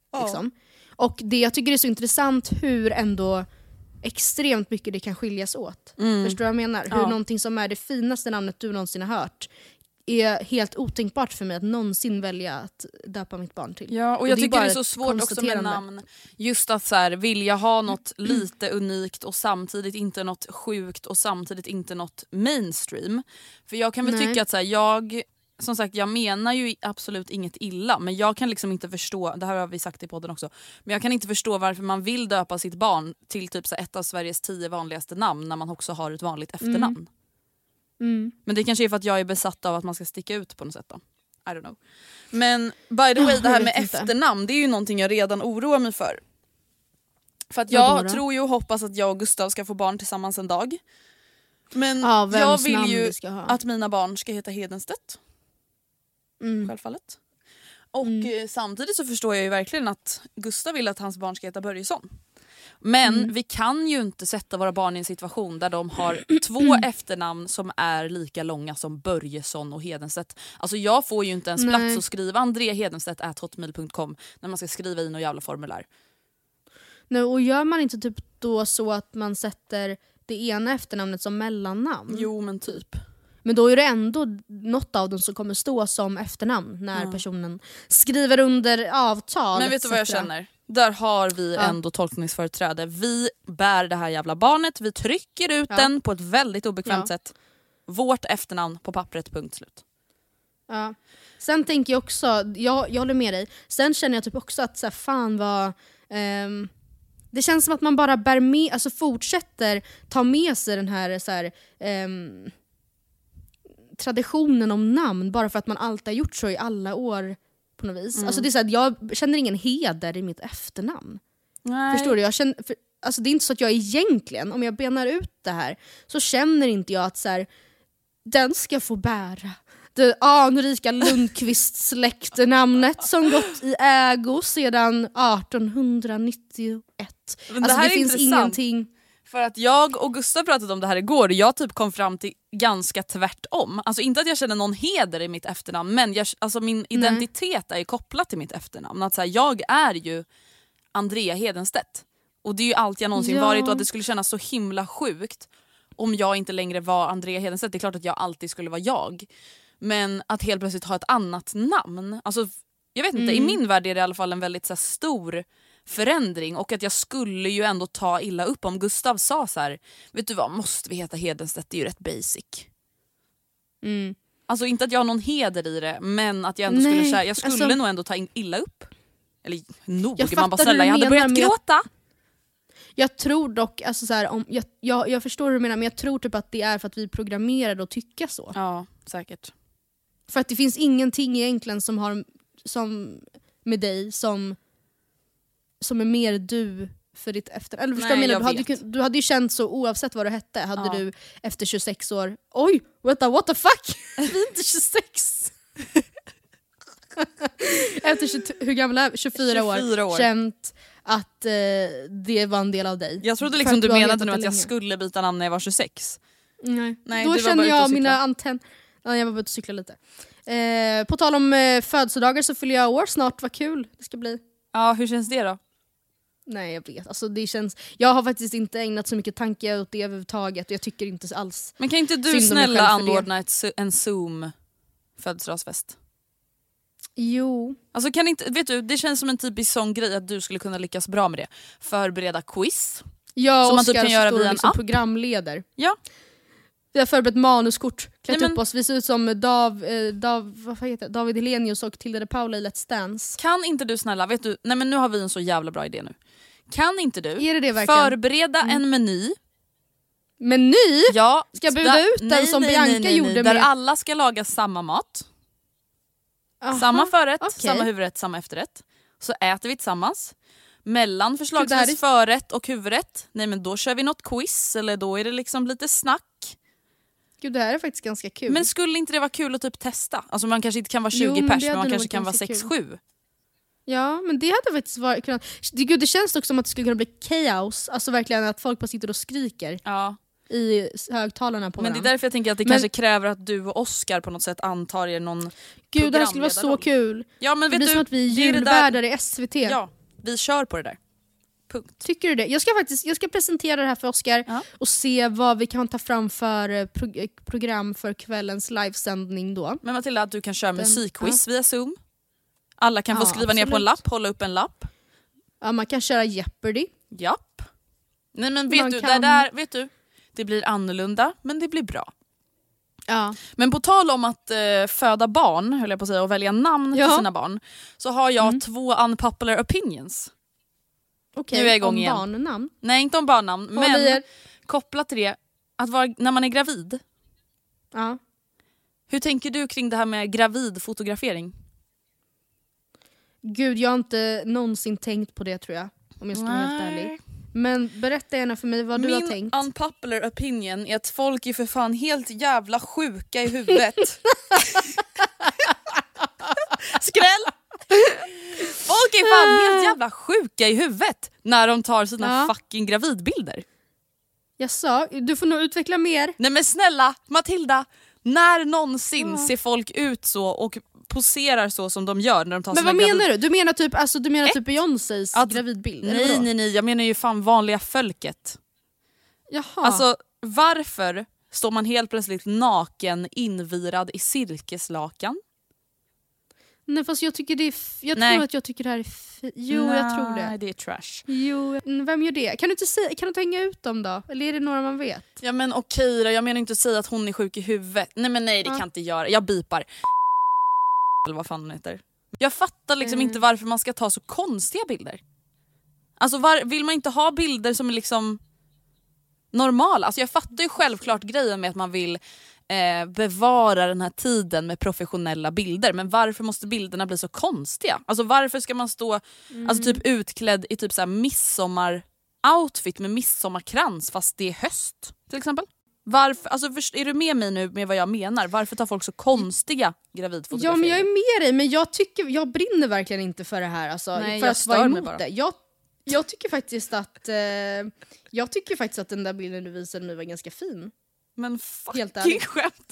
[SPEAKER 6] Ja. Liksom. Och det jag tycker är så intressant hur ändå extremt mycket det kan skiljas åt. Mm. Förstår du vad jag menar? Hur
[SPEAKER 5] ja.
[SPEAKER 6] någonting som är det finaste namnet du någonsin har hört är helt otänkbart för mig att någonsin välja att döpa mitt barn till.
[SPEAKER 5] Ja, och, och jag det tycker det är så svårt också med namn. Just att så här, vilja ha något lite unikt och samtidigt inte något sjukt och samtidigt inte något mainstream. För jag kan väl Nej. tycka att så här, jag som sagt, jag menar ju absolut inget illa, men jag kan liksom inte förstå, det här har vi sagt i podden också, men jag kan inte förstå varför man vill döpa sitt barn till typ så ett av Sveriges tio vanligaste namn när man också har ett vanligt efternamn.
[SPEAKER 6] Mm. Mm.
[SPEAKER 5] Men det kanske är för att jag är besatt av att man ska sticka ut på något sätt då. I don't know. Men by the way, oh, det här med efternamn, det är ju någonting jag redan oroar mig för. För att jag då? tror ju och hoppas att jag och Gustav ska få barn tillsammans en dag. Men ja, jag vill ju att mina barn ska heta Hedenstedt. Mm. Självfallet. Och mm. samtidigt så förstår jag ju verkligen att Gustav vill att hans barn ska heta Börjesson. Men mm. vi kan ju inte sätta våra barn i en situation där de har två efternamn som är lika långa som Börjesson och Hedenstedt. Alltså jag får ju inte ens Nej. plats att skriva André Hedenstedt at hotmail punkt com när man ska skriva in något jävla formulär.
[SPEAKER 6] Nej, och gör man inte typ då så att man sätter det ena efternamnet som mellannamn?
[SPEAKER 5] Jo, men typ.
[SPEAKER 6] Men då är det ändå något av dem som kommer stå som efternamn när mm. personen skriver under avtal.
[SPEAKER 5] Men vet du vad jag känner? Där har vi ja. ändå tolkningsföreträde. Vi bär det här jävla barnet. Vi trycker ut ja. den på ett väldigt obekvämt ja. sätt. Vårt efternamn på pappret, punkt slut.
[SPEAKER 6] Ja. Sen tänker jag också, jag, jag håller med dig. Sen känner jag typ också att så här, fan vad... Um, det känns som att man bara bär med, alltså fortsätter ta med sig den här, så här um, traditionen om namn bara för att man alltid har gjort så i alla år på något vis. Mm. Alltså det är så att jag känner ingen heder i mitt efternamn.
[SPEAKER 5] Nej.
[SPEAKER 6] Förstår du? Jag känner, för, alltså det är inte så att jag egentligen, om jag benar ut det här, så känner inte jag att så här, den ska få bära det anrika Lundqvists släktnamnet som gått i ägo sedan arton nittioett.
[SPEAKER 5] Men det
[SPEAKER 6] alltså
[SPEAKER 5] här
[SPEAKER 6] det
[SPEAKER 5] är
[SPEAKER 6] finns
[SPEAKER 5] intressant.
[SPEAKER 6] Ingenting.
[SPEAKER 5] För att jag och Gustav pratade om det här igår och jag typ kom fram till ganska tvärtom. Alltså inte att jag känner någon heder i mitt efternamn, men jag, alltså min identitet Nej. är kopplad till mitt efternamn. Att så här, jag är ju Andrea Hedenstedt. Och det är ju allt jag någonsin ja. varit, och att det skulle kännas så himla sjukt om jag inte längre var Andrea Hedenstedt. Det är klart att jag alltid skulle vara jag. Men att helt plötsligt ha ett annat namn. Alltså, jag vet inte, mm. i min värld är det i alla fall en väldigt så här, stor förändring. Och att jag skulle ju ändå ta illa upp om Gustav sa så här: vet du vad, måste vi heta Hedenstedt? Det är ju rätt basic.
[SPEAKER 6] Mm.
[SPEAKER 5] Alltså inte att jag har någon heder i det, men att jag ändå
[SPEAKER 6] Nej,
[SPEAKER 5] skulle, jag skulle
[SPEAKER 6] alltså,
[SPEAKER 5] nog ändå ta in illa upp. Eller nog,
[SPEAKER 6] jag
[SPEAKER 5] man bara snälla, jag hade börjat gråta.
[SPEAKER 6] Jag, jag tror dock, alltså så här, om, jag, jag, jag förstår hur du menar, men jag tror typ att det är för att vi är programmerade att tycka så.
[SPEAKER 5] Ja, säkert.
[SPEAKER 6] För att det finns ingenting egentligen som har som med dig som som är mer du för ditt efter. Eller förstår
[SPEAKER 5] Nej,
[SPEAKER 6] jag menar, du, hade, du hade ju känt så oavsett vad du hette. Hade ja. du efter tjugosex år, oj, vänta, what the fuck? Vi är inte tjugosex. Efter tjugo, hur gammal är tjugofyra år,
[SPEAKER 5] tjugofyra år
[SPEAKER 6] känt att eh, det var en del av dig.
[SPEAKER 5] Jag trodde liksom du menade nu att jag skulle byta namn när jag var tjugosex.
[SPEAKER 6] Nej,
[SPEAKER 5] Nej
[SPEAKER 6] då känner jag mina antenner. Ja, jag var bara ute och cykla lite. Eh, på tal om eh, födelsedagar så fyller jag år snart, vad kul det ska bli.
[SPEAKER 5] Ja, hur känns det då?
[SPEAKER 6] Nej, jag vet. Alltså, det känns, jag har faktiskt inte ägnat så mycket tanke åt det överhuvudtaget och jag tycker inte alls.
[SPEAKER 5] Men kan inte du snälla anordna ett, en Zoom födelsedagsfest?
[SPEAKER 6] Jo.
[SPEAKER 5] Alltså kan inte, vet du, det känns som en typisk sån grej att du skulle kunna lyckas bra med det. Förbereda quiz.
[SPEAKER 6] Ja,
[SPEAKER 5] som
[SPEAKER 6] och
[SPEAKER 5] man typ kan göra via en
[SPEAKER 6] liksom
[SPEAKER 5] app.
[SPEAKER 6] Programleder.
[SPEAKER 5] Ja.
[SPEAKER 6] Vi har förberett manuskort. Klätt
[SPEAKER 5] men...
[SPEAKER 6] upp oss. Vi ser ut som Dav, eh, Dav, vad heter det? David Helenius och Tilde de Paula i Let's Dance.
[SPEAKER 5] Kan inte du snälla, vet du, nej men nu har vi en så jävla bra idé nu. Kan inte du
[SPEAKER 6] är det det
[SPEAKER 5] förbereda
[SPEAKER 6] mm.
[SPEAKER 5] en meny?
[SPEAKER 6] Meny?
[SPEAKER 5] Ja.
[SPEAKER 6] Ska buda da, ut den nej, som nej, Bianca nej, nej, gjorde
[SPEAKER 5] nej.
[SPEAKER 6] med...
[SPEAKER 5] Där alla ska laga samma mat. Aha, samma förrätt, okay. samma huvudrätt, samma efterrätt. Så äter vi tillsammans. Mellan förslagsvis är... förrätt och huvudrätt. Nej men då kör vi något quiz. Eller då är det liksom lite snack.
[SPEAKER 6] Gud, det här är faktiskt ganska kul.
[SPEAKER 5] Men skulle inte det vara kul att typ testa? Alltså man kanske inte kan vara tjugo jo, pers, men man kanske kan vara sex sju.
[SPEAKER 6] Ja, men det hade faktiskt varit kunnat... Gud, det känns också som att det skulle kunna bli kaos. Alltså verkligen att folk bara sitter och skriker.
[SPEAKER 5] Ja.
[SPEAKER 6] I högtalarna på
[SPEAKER 5] Men
[SPEAKER 6] varandra.
[SPEAKER 5] det är därför jag tänker att det men... kanske kräver att du och Oscar på något sätt antar er någon.
[SPEAKER 6] Gud, det här skulle vara så kul.
[SPEAKER 5] Ja, men
[SPEAKER 6] det
[SPEAKER 5] vet
[SPEAKER 6] blir
[SPEAKER 5] du,
[SPEAKER 6] som att vi är julvärdar i S V T.
[SPEAKER 5] Ja, Vi kör på det där. Punkt.
[SPEAKER 6] Tycker du det? Jag ska faktiskt jag ska presentera det här för Oscar ja. och se vad vi kan ta fram för pro- program för kvällens livesändning då.
[SPEAKER 5] Men Matilda, att du kan köra musikquiz ja. via Zoom. Alla kan ja, få skriva absolut. ner på en lapp, hålla upp en lapp.
[SPEAKER 6] Ja, man kan köra Jeopardy.
[SPEAKER 5] Japp. Nej men vet
[SPEAKER 6] man
[SPEAKER 5] du,
[SPEAKER 6] kan...
[SPEAKER 5] där, där, vet du, det blir annorlunda men det blir bra.
[SPEAKER 6] Ja.
[SPEAKER 5] Men på tal om att eh, föda barn, höll jag på att säga, och välja namn ja. till sina barn, så har jag mm. två unpopular opinions.
[SPEAKER 6] Okej,
[SPEAKER 5] nu är jag igång
[SPEAKER 6] om
[SPEAKER 5] igen.
[SPEAKER 6] barnnamn?
[SPEAKER 5] Nej, inte om barnnamn, Håll men er. kopplat till det, att vara, när man är gravid.
[SPEAKER 6] Ja.
[SPEAKER 5] Hur tänker du kring det här med gravidfotografering?
[SPEAKER 6] Gud, jag har inte någonsin tänkt på det tror jag, om jag ska vara helt ärlig. Men berätta gärna för mig vad
[SPEAKER 5] Min
[SPEAKER 6] du har tänkt.
[SPEAKER 5] Min unpopular opinion är att folk är för fan helt jävla sjuka i huvudet. Skräll! Folk är fan helt jävla sjuka i huvudet när de tar sina ja. fucking gravidbilder.
[SPEAKER 6] Jag sa, du får nog utveckla mer.
[SPEAKER 5] Nej men snälla, Matilda, när någonsin ja. ser folk ut så och poserar så som de gör när de tar
[SPEAKER 6] men
[SPEAKER 5] sina
[SPEAKER 6] vad
[SPEAKER 5] gravid...
[SPEAKER 6] menar du? Du menar typ, alltså, du menar typ Beyoncés att... gravidbild?
[SPEAKER 5] Nej, nej, nej. Jag menar ju fan vanliga folket.
[SPEAKER 6] Jaha.
[SPEAKER 5] Alltså, varför står man helt plötsligt naken invirad i silkeslakan?
[SPEAKER 6] Nej, fast jag tycker det är... F- jag nej. tror att jag tycker det här är... F- jo, nej, jag tror det.
[SPEAKER 5] Nej, det är trash.
[SPEAKER 6] Jo, vem gör det? Kan du inte säga, kan du inte hänga ut dem då? Eller är det några man vet?
[SPEAKER 5] Ja, men okej då. Jag menar inte att säga att hon är sjuk i huvudet. Nej, men nej, det ja. kan jag inte göra. Jag bipar. Eller vad fan hon heter. Jag fattar liksom mm. inte varför man ska ta så konstiga bilder. Alltså var, vill man inte ha bilder som är liksom normala? Alltså jag fattar ju självklart grejen med att man vill eh, bevara den här tiden med professionella bilder. Men varför måste bilderna bli så konstiga? Alltså varför ska man stå mm. alltså typ utklädd i typ så här midsommar-outfit med midsommarkrans fast det är höst till exempel? Varför, alltså är du med mig nu med vad jag menar? Varför tar folk så konstiga gravidfotografier?
[SPEAKER 6] Ja, men jag är med dig, men jag tycker jag brinner verkligen inte för det här alltså.
[SPEAKER 5] Nej,
[SPEAKER 6] för
[SPEAKER 5] jag
[SPEAKER 6] att vara emot
[SPEAKER 5] bara.
[SPEAKER 6] det. Jag, jag tycker faktiskt att eh, jag tycker faktiskt att den där bilden du visade nu var ganska fin.
[SPEAKER 5] Men fucking skämt.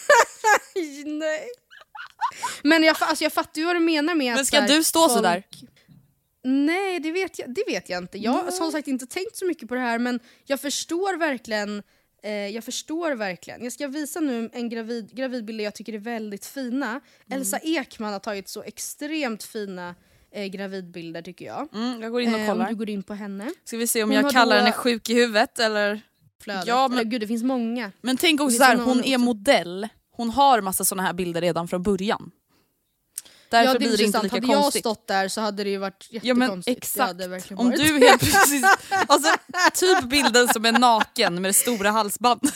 [SPEAKER 6] Nej. Men jag, alltså, jag fattar ju vad du menar med
[SPEAKER 5] men
[SPEAKER 6] att...
[SPEAKER 5] ska du stå
[SPEAKER 6] folk...
[SPEAKER 5] så där?
[SPEAKER 6] Nej, det vet jag, det vet jag inte. Jag har som sagt inte tänkt så mycket på det här, men jag förstår verkligen... Eh, jag förstår verkligen. Jag ska visa nu en gravid, gravidbild jag tycker är väldigt fina. Mm. Elsa Ekman har tagit så extremt fina eh, gravidbilder tycker jag.
[SPEAKER 5] Mm, jag går in och kollar.
[SPEAKER 6] Eh, om du går in på henne.
[SPEAKER 5] Ska vi se om Hon jag kallar då... henne sjuk i huvudet eller...
[SPEAKER 6] Flödet. Ja, men... Gud, det finns många.
[SPEAKER 5] Men tänk också så här, hon är modell. Hon har massa såna här bilder redan från början. Därför
[SPEAKER 6] ja, det
[SPEAKER 5] blir det inte lika
[SPEAKER 6] hade
[SPEAKER 5] konstigt.
[SPEAKER 6] Hade jag stått där så hade det ju varit jättekonstigt.
[SPEAKER 5] Ja, men exakt.
[SPEAKER 6] Det hade
[SPEAKER 5] om du helt precis... Alltså, typ bilden som är naken med det stora halsbandet.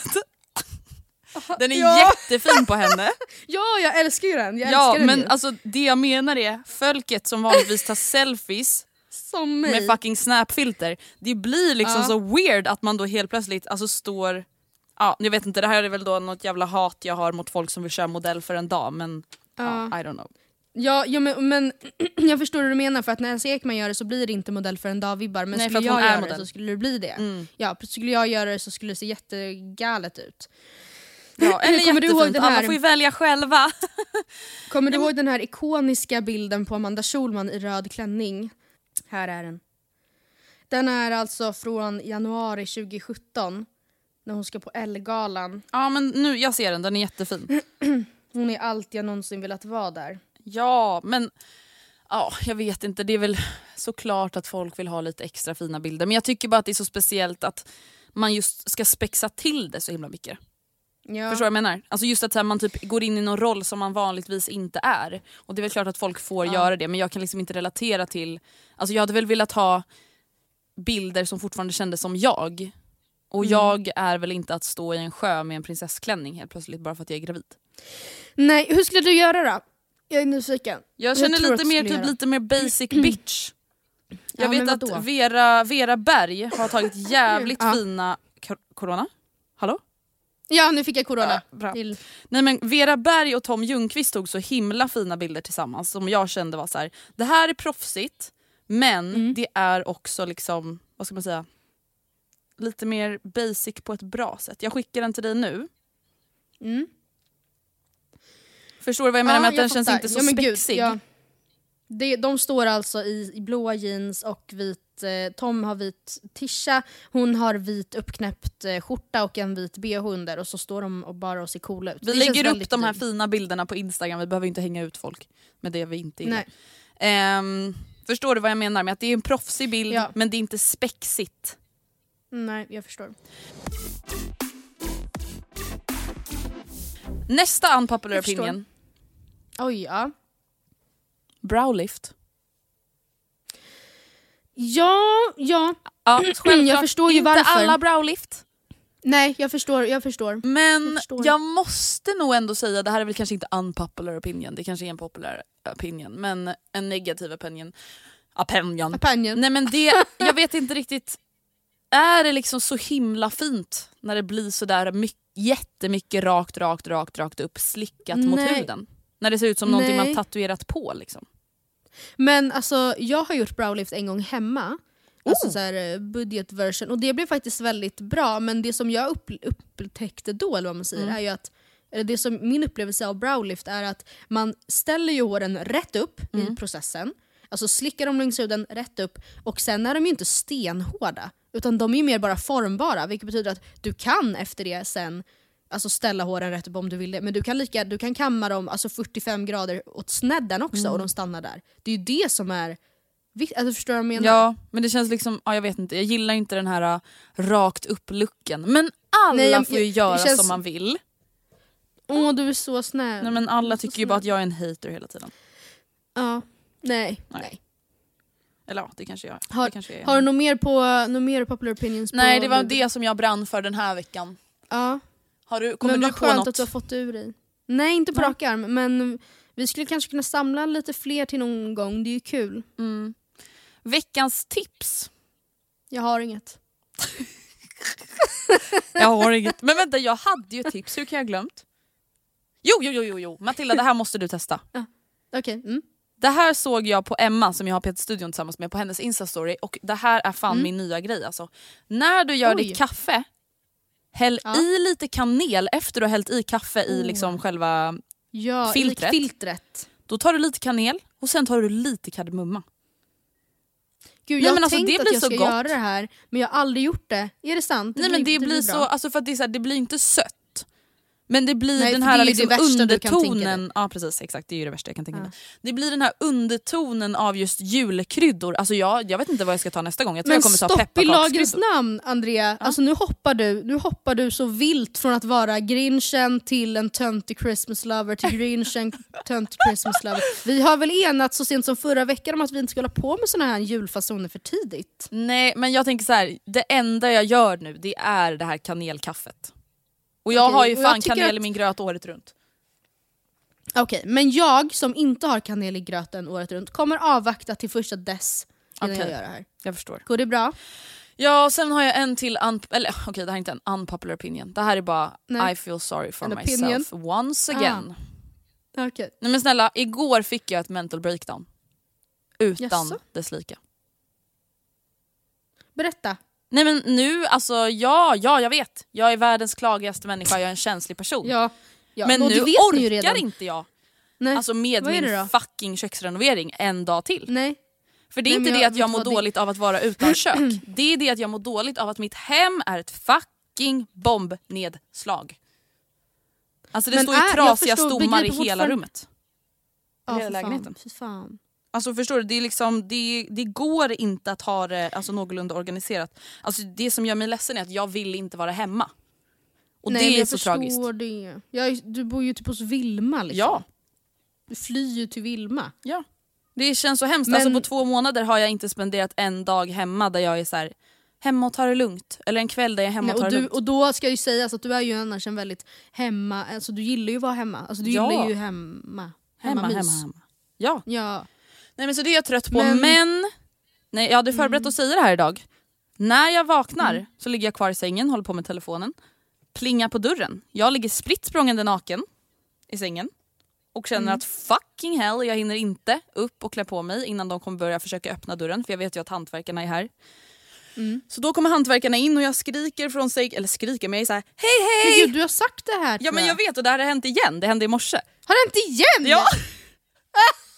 [SPEAKER 5] Den är ja. jättefin på henne.
[SPEAKER 6] Ja, jag älskar ju den. Jag
[SPEAKER 5] ja,
[SPEAKER 6] älskar den
[SPEAKER 5] men
[SPEAKER 6] ju.
[SPEAKER 5] alltså, det jag menar är folket som vanligtvis tar selfies
[SPEAKER 6] som mig.
[SPEAKER 5] med fucking snapfilter. Det blir liksom ja. så weird att man då helt plötsligt alltså, står... Ja, jag vet inte, det här är väl då något jävla hat jag har mot folk som vill köra modell för en dag, men ja. Ja, I don't know.
[SPEAKER 6] Ja, ja men, men jag förstår hur du menar, för att när Elsa Ekman gör det så blir det inte modell för en dag-vibbar, men
[SPEAKER 5] nej,
[SPEAKER 6] skulle
[SPEAKER 5] jag
[SPEAKER 6] jag göra
[SPEAKER 5] modell.
[SPEAKER 6] det så skulle det bli det.
[SPEAKER 5] Mm.
[SPEAKER 6] Ja, skulle jag göra det så skulle det se jättegalet ut.
[SPEAKER 5] Ja, eller kommer du ihåg den här... Alla får ju välja själva.
[SPEAKER 6] Kommer du ihåg den här ikoniska bilden på Amanda Schulman i röd klänning? Här är den. Den är alltså från januari tjugohundrasjutton när hon ska på Elle-galan.
[SPEAKER 5] Ja, men nu, jag ser den, den är jättefin.
[SPEAKER 6] Hon är allt jag någonsin velat vara där.
[SPEAKER 5] Ja, men ja, jag vet inte. Det är väl såklart att folk vill ha lite extra fina bilder. Men jag tycker bara att det är så speciellt att man just ska spexa till det så himla mycket. Ja. Förstår du vad jag menar? Alltså just att så här, man typ går in i någon roll som man vanligtvis inte är. Och det är väl klart att folk får ja. göra det. Men jag kan liksom inte relatera till... Alltså jag hade väl velat ha bilder som fortfarande kändes som jag. Och mm. jag är väl inte att stå i en sjö med en prinsessklänning helt plötsligt bara för att jag är gravid.
[SPEAKER 6] Nej, hur skulle du göra då? Jag är nyfiken.
[SPEAKER 5] Jag känner jag lite mer typ lite mer basic bitch. Jag ja, vet att Vera, Vera Berg har tagit jävligt ja. fina... Corona? Hallå?
[SPEAKER 6] Ja, nu fick jag corona.
[SPEAKER 5] Ja, till. Nej, men Vera Berg och Tom Ljungqvist tog så himla fina bilder tillsammans som jag kände var så här: det här är proffsigt, men mm. det är också liksom, vad ska man säga, lite mer basic på ett bra sätt. Jag skickar den till dig nu. Mm. Förstår du vad jag menar ja, med att den fattar. Känns inte så ja, spexig?
[SPEAKER 6] Gud, ja. Det, de står alltså i, i blåa jeans och vit, eh, Tom har vit tisha, hon har vit uppknäppt eh, skjorta och en vit B H under och så står de och bara och ser coola ut.
[SPEAKER 5] Vi
[SPEAKER 6] det
[SPEAKER 5] lägger upp de här dyrt. fina bilderna på Instagram, vi behöver inte hänga ut folk med det vi inte gillar. Um, förstår du vad jag menar med att det är en proffsig bild ja. men det är inte spexigt?
[SPEAKER 6] Nej, jag förstår.
[SPEAKER 5] Nästa unpopular opinion.
[SPEAKER 6] Oj, ja.
[SPEAKER 5] Browlift.
[SPEAKER 6] Ja, ja.
[SPEAKER 5] ja
[SPEAKER 6] jag förstår ju
[SPEAKER 5] inte
[SPEAKER 6] varför.
[SPEAKER 5] alla browlift.
[SPEAKER 6] Nej, jag förstår, jag förstår.
[SPEAKER 5] Men
[SPEAKER 6] jag, förstår.
[SPEAKER 5] jag måste nog ändå säga, det här är väl kanske inte unpopular opinion, det kanske är en populär opinion, men en negativ opinion. Opinion.
[SPEAKER 6] opinion.
[SPEAKER 5] Nej men det, jag vet inte riktigt, är det liksom så himla fint när det blir så där mycket, jättemycket rakt, rakt, rakt, rakt upp, slickat Nej. mot huden? När det ser ut som Nej. någonting man tatuerat på liksom.
[SPEAKER 6] Men alltså, jag har gjort browlift en gång hemma. Oh. Alltså så här budgetversion. Och det blev faktiskt väldigt bra. Men det som jag upp, upptäckte då, eller vad man säger, mm. är ju att det som min upplevelse av browlift är att man ställer ju håren rätt upp mm. i processen. Alltså slickar dem längs huden rätt upp. Och sen är de ju inte stenhårda. Utan de är ju mer bara formbara. Vilket betyder att du kan efter det sen alltså ställa håren rätt upp om du vill det. Men du kan, lika, du kan kamma dem alltså fyrtiofem grader åt snedden också mm. och de stannar där. Det är ju det som är viktigt. Alltså, förstår du vad jag menar?
[SPEAKER 5] Ja, men det känns liksom, ja, jag vet inte, jag gillar inte den här uh, rakt upp looken. Men alla Nej, jag, får ju göra känns... som man vill.
[SPEAKER 6] Åh, du är så snäll.
[SPEAKER 5] Nej, men alla tycker ju bara att jag är en hater hela tiden.
[SPEAKER 6] Ja, nej.
[SPEAKER 5] Nej. nej. Eller ja, det kanske jag,
[SPEAKER 6] har.
[SPEAKER 5] Det kanske jag är.
[SPEAKER 6] Har du något mer på något mer popular opinions?
[SPEAKER 5] Nej,
[SPEAKER 6] på
[SPEAKER 5] det var det som jag brann för den här veckan.
[SPEAKER 6] Ja.
[SPEAKER 5] Har du, kommer
[SPEAKER 6] men
[SPEAKER 5] du
[SPEAKER 6] vad
[SPEAKER 5] på
[SPEAKER 6] skönt
[SPEAKER 5] något?
[SPEAKER 6] Att du har fått ur dig. Nej, inte på rak arm, men vi skulle kanske kunna samla lite fler till någon gång. Det är ju kul.
[SPEAKER 5] Mm. Veckans tips.
[SPEAKER 6] Jag har inget.
[SPEAKER 5] jag har inget. Men vänta, jag hade ju ett tips. Hur kan jag glömt? Jo, jo, jo, jo. Matilda, det här måste du testa.
[SPEAKER 6] Ja. Okej. Okay. Mm.
[SPEAKER 5] Det här såg jag på Emma som jag har P T-studion tillsammans med på hennes Insta-story. Och det här är fan mm. min nya grej. Alltså. När du gör Oj. ditt kaffe, häll ja. i lite kanel efter du har hällt i kaffe oh. i liksom själva
[SPEAKER 6] ja,
[SPEAKER 5] filtret.
[SPEAKER 6] filtret.
[SPEAKER 5] Då tar du lite kanel och sen tar du lite kardemumma.
[SPEAKER 6] Gud, jag Nej, har alltså, tänkt det att jag ska gott. göra det här, men jag har aldrig gjort det. Är det sant? Det
[SPEAKER 5] Nej,
[SPEAKER 6] blir,
[SPEAKER 5] men det,
[SPEAKER 6] det
[SPEAKER 5] blir så, alltså för att det, är så här, det blir inte sött. Men det blir
[SPEAKER 6] Nej,
[SPEAKER 5] den här
[SPEAKER 6] det
[SPEAKER 5] liksom
[SPEAKER 6] det
[SPEAKER 5] undertonen. Ja, precis, exakt, det är ju det värsta jag kan tänka mig. Ja. Det blir den här undertonen av just julkryddor. Alltså jag, jag vet inte vad jag ska ta nästa gång. Jag tror
[SPEAKER 6] men
[SPEAKER 5] jag kommer ta pepparkakskryddor. Men stopp i lagrets namn, Andrea.
[SPEAKER 6] Ja. Alltså nu hoppar du, nu hoppar du så vilt från att vara grinchen till en töntig Christmas lover till grinchen töntig Christmas lover. Vi har väl enats så sent som förra veckan om att vi inte ska hålla på med såna här julfasoner för tidigt.
[SPEAKER 5] Nej, men jag tänker så här, det enda jag gör nu det är det här kanelkaffet. Och jag okay, har ju fan kanel att... i min gröt året runt.
[SPEAKER 6] Okej, okay, men jag som inte har kanel i gröten året runt kommer avvakta till första dess innan okay. jag gör det här.
[SPEAKER 5] Jag förstår.
[SPEAKER 6] Går det bra?
[SPEAKER 5] Ja, sen har jag en till, un- eller okej okay, det här är inte en unpopular opinion. Det här är bara Nej. I feel sorry for en myself opinion. once again.
[SPEAKER 6] Ah. Okay.
[SPEAKER 5] Nej men snälla, igår fick jag ett mental breakdown. Utan Jaså? dess lika.
[SPEAKER 6] Berätta.
[SPEAKER 5] Nej men nu, alltså ja, ja jag vet. Jag är världens klagigaste människa, jag är en känslig person.
[SPEAKER 6] Ja, ja.
[SPEAKER 5] Men
[SPEAKER 6] och
[SPEAKER 5] nu orkar inte jag.
[SPEAKER 6] Nej.
[SPEAKER 5] Alltså med min fucking köksrenovering en dag till.
[SPEAKER 6] Nej.
[SPEAKER 5] För det är Nej, inte det att jag mår dåligt det... av att vara utan kök. Det är det att jag mår dåligt av att mitt hem är ett fucking bombnedslag. Alltså det men står ju är, trasiga stommar i hela för... rummet.
[SPEAKER 6] Ja, hela lägenheten. Fy fan.
[SPEAKER 5] Alltså förstår du, det, är liksom, det, det går inte att ha det alltså, någorlunda organiserat. Alltså det som gör mig ledsen är att jag vill inte vara hemma. Och
[SPEAKER 6] Nej,
[SPEAKER 5] det är
[SPEAKER 6] jag
[SPEAKER 5] så tragiskt.
[SPEAKER 6] Det. Jag, du bor ju typ hos Vilma liksom.
[SPEAKER 5] Ja.
[SPEAKER 6] Du flyr ju till Vilma.
[SPEAKER 5] Ja. Det känns så hemskt.
[SPEAKER 6] Men...
[SPEAKER 5] Alltså på två månader har jag inte spenderat en dag hemma där jag är så här, hemma och tar det lugnt. Eller en kväll där jag är hemma
[SPEAKER 6] Nej,
[SPEAKER 5] och tar
[SPEAKER 6] och
[SPEAKER 5] det
[SPEAKER 6] du,
[SPEAKER 5] lugnt.
[SPEAKER 6] Och då ska ju sägas att du är ju annars en väldigt hemma, alltså du gillar ju att vara hemma. Alltså du
[SPEAKER 5] ja.
[SPEAKER 6] gillar ju hemma.
[SPEAKER 5] Hemma, hemma, hemma. hemma. Ja.
[SPEAKER 6] Ja.
[SPEAKER 5] Nej men så det är jag trött på. Men, men nej, jag hade förberett mm. att säga det här idag. När jag vaknar mm. så ligger jag kvar i sängen, håller på med telefonen. Plingar på dörren. Jag ligger spritt språngande naken i sängen. Och känner mm. att fucking hell, jag hinner inte upp och klä på mig innan de kommer börja försöka öppna dörren. För jag vet ju att hantverkarna är här. Mm. Så då kommer hantverkarna in och jag skriker från sig, eller skriker men jag är så här: hej hej!
[SPEAKER 6] Men Gud, du har sagt det här.
[SPEAKER 5] Ja men jag vet och det här har hänt igen, det hände i morse.
[SPEAKER 6] Har det hänt igen?
[SPEAKER 5] Ja.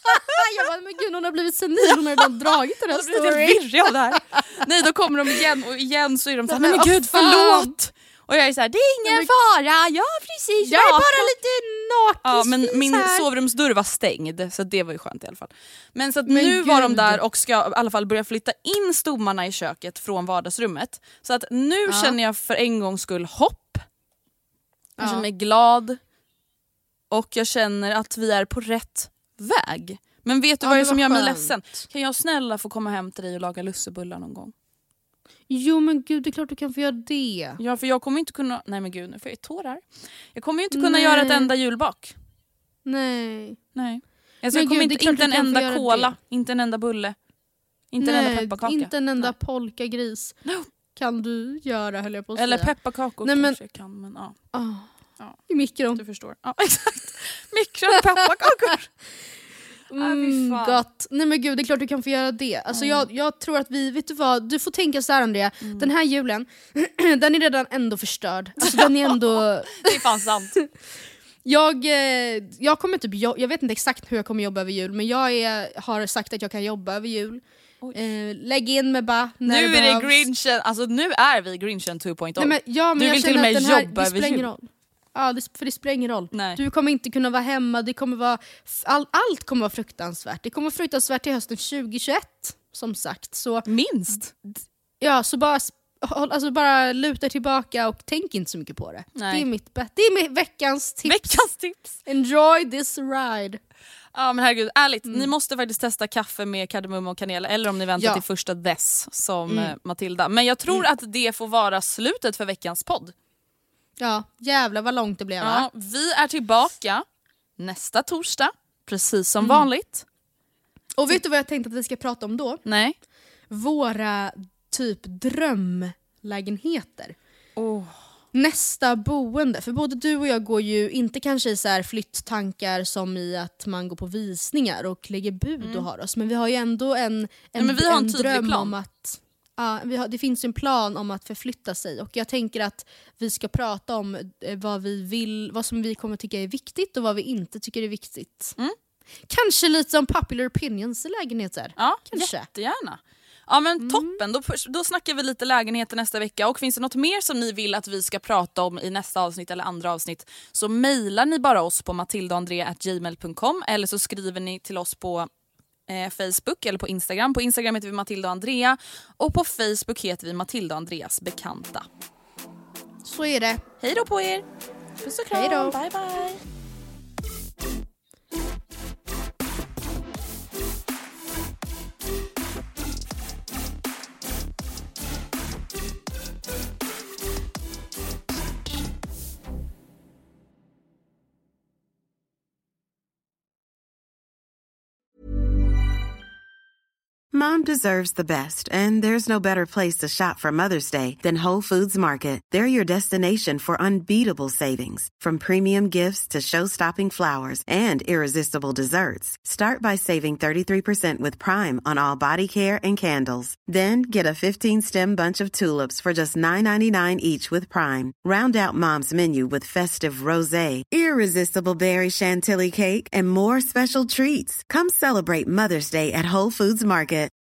[SPEAKER 6] Jag bara, men gud, hon har blivit senil. Hon har redan dragit den här storyn.
[SPEAKER 5] Jag blir virrig av det här. Nej, då kommer de igen och igen så är de så här, nej men gud, förlåt. Och jag är så här, det är ingen men, fara, jag har precis
[SPEAKER 6] Jag är bara lite nakis.
[SPEAKER 5] Ja, men min
[SPEAKER 6] här.
[SPEAKER 5] sovrumsdörr var stängd, så det var ju skönt i alla fall. Men så att
[SPEAKER 6] men
[SPEAKER 5] nu
[SPEAKER 6] gud.
[SPEAKER 5] var de där och ska i alla fall börja flytta in stommarna i köket från vardagsrummet. Så att nu ja. känner jag för en gångs skull hopp. Jag ja. känner mig glad. Och jag känner att vi är på rätt väg. Men vet du ja, vad det är som gör mig ledsen? Kan jag snälla få komma hem till dig och laga lussebullar någon gång?
[SPEAKER 6] Jo men gud, det är klart du kan få göra det.
[SPEAKER 5] Ja, för jag kommer inte kunna... Nej men gud, nu får jag tårar. Jag kommer ju inte kunna Nej. göra ett enda julbak.
[SPEAKER 6] Nej.
[SPEAKER 5] Nej. Alltså, jag kommer gud, inte, inte en enda kola, det. inte en enda bulle. Inte
[SPEAKER 6] Nej,
[SPEAKER 5] en enda pepparkaka.
[SPEAKER 6] inte en enda polkagris. No. Kan du göra, höll jag på att
[SPEAKER 5] Eller
[SPEAKER 6] säga.
[SPEAKER 5] pepparkakor
[SPEAKER 6] Nej, men...
[SPEAKER 5] kanske jag kan, men ja.
[SPEAKER 6] Oh.
[SPEAKER 5] ja.
[SPEAKER 6] I mikron.
[SPEAKER 5] Du förstår. Ja, exakt. Mikron och pepparkakor.
[SPEAKER 6] Mm, ah, gott. Nej men gud, det är klart du kan få göra det. Alltså mm. jag, jag tror att vi, vet du vad, du får tänka så här Andrea, mm. den här julen den är redan ändå förstörd. Alltså den är ändå
[SPEAKER 5] det är fan sant.
[SPEAKER 6] Jag, jag kommer typ, jag, jag vet inte exakt hur jag kommer jobba över jul, men jag är, har sagt att jag kan jobba över jul. Eh, lägg in med bara när
[SPEAKER 5] nu
[SPEAKER 6] det
[SPEAKER 5] är
[SPEAKER 6] behövs.
[SPEAKER 5] det Grinchen, alltså nu är vi Grinchen två punkt noll.
[SPEAKER 6] Nej, men, ja, men
[SPEAKER 5] du
[SPEAKER 6] jag
[SPEAKER 5] vill till och med
[SPEAKER 6] här,
[SPEAKER 5] jobba över jul. Roll.
[SPEAKER 6] Ja, det, för det spelar ingen roll.
[SPEAKER 5] Nej.
[SPEAKER 6] Du kommer inte kunna vara hemma, det kommer vara, all, allt kommer vara fruktansvärt. Det kommer vara fruktansvärt till hösten tjugohundratjugoett, som sagt. Så,
[SPEAKER 5] minst?
[SPEAKER 6] Ja, så bara, alltså bara luta tillbaka och tänk inte så mycket på det. Nej. Det är mitt det är mitt veckans tips.
[SPEAKER 5] Veckans tips.
[SPEAKER 6] Enjoy this ride.
[SPEAKER 5] Ja men herregud, ärligt, mm. ni måste faktiskt testa kaffe med kardemumma och kanel, eller om ni väntar ja. till första dess som mm. Matilda. Men jag tror mm. att det får vara slutet för veckans podd.
[SPEAKER 6] Ja, jävlar vad långt det blev.
[SPEAKER 5] Ja, vi är tillbaka nästa torsdag, precis som mm. vanligt.
[SPEAKER 6] Och vet du vad jag tänkte att vi ska prata om då?
[SPEAKER 5] Nej.
[SPEAKER 6] Våra typ drömlägenheter.
[SPEAKER 5] Oh.
[SPEAKER 6] Nästa boende. För både du och jag går ju inte kanske i så här flytttankar som i att man går på visningar och lägger bud mm. och har oss. Men vi har ju ändå en, en,
[SPEAKER 5] ja, men vi har en,
[SPEAKER 6] en dröm
[SPEAKER 5] plan.
[SPEAKER 6] om att... Ja, vi har, det finns en plan om att förflytta sig och jag tänker att vi ska prata om eh, vad vi vill, vad som vi kommer tycka är viktigt och vad vi inte tycker är viktigt. Mm. Kanske lite som popular opinions i lägenheter.
[SPEAKER 5] Ja,
[SPEAKER 6] kanske.
[SPEAKER 5] Jättegärna. Ja men mm. toppen, då, då snackar vi lite lägenheter nästa vecka. Och finns det något mer som ni vill att vi ska prata om i nästa avsnitt eller andra avsnitt, så mejlar ni bara oss på matildaandrea at gmail punkt com eller så skriver ni till oss på Eh, Facebook eller på Instagram. På Instagram heter vi Matilda och Andrea och på Facebook heter vi Matilda och Andreas bekanta.
[SPEAKER 6] Så är det.
[SPEAKER 5] Hej då på er. Puss och kram.
[SPEAKER 6] Hej då.
[SPEAKER 5] Bye bye.
[SPEAKER 13] Mom deserves the best, and there's no better place to shop for Mother's Day than Whole Foods Market. They're your destination for unbeatable savings, from premium gifts to show-stopping flowers and irresistible desserts. Start by saving thirty-three percent with Prime on all body care and candles. Then get a fifteen-stem bunch of tulips for just nine ninety-nine each with Prime. Round out Mom's menu with festive rosé, irresistible berry chantilly cake, and more special treats. Come celebrate Mother's Day at Whole Foods Market.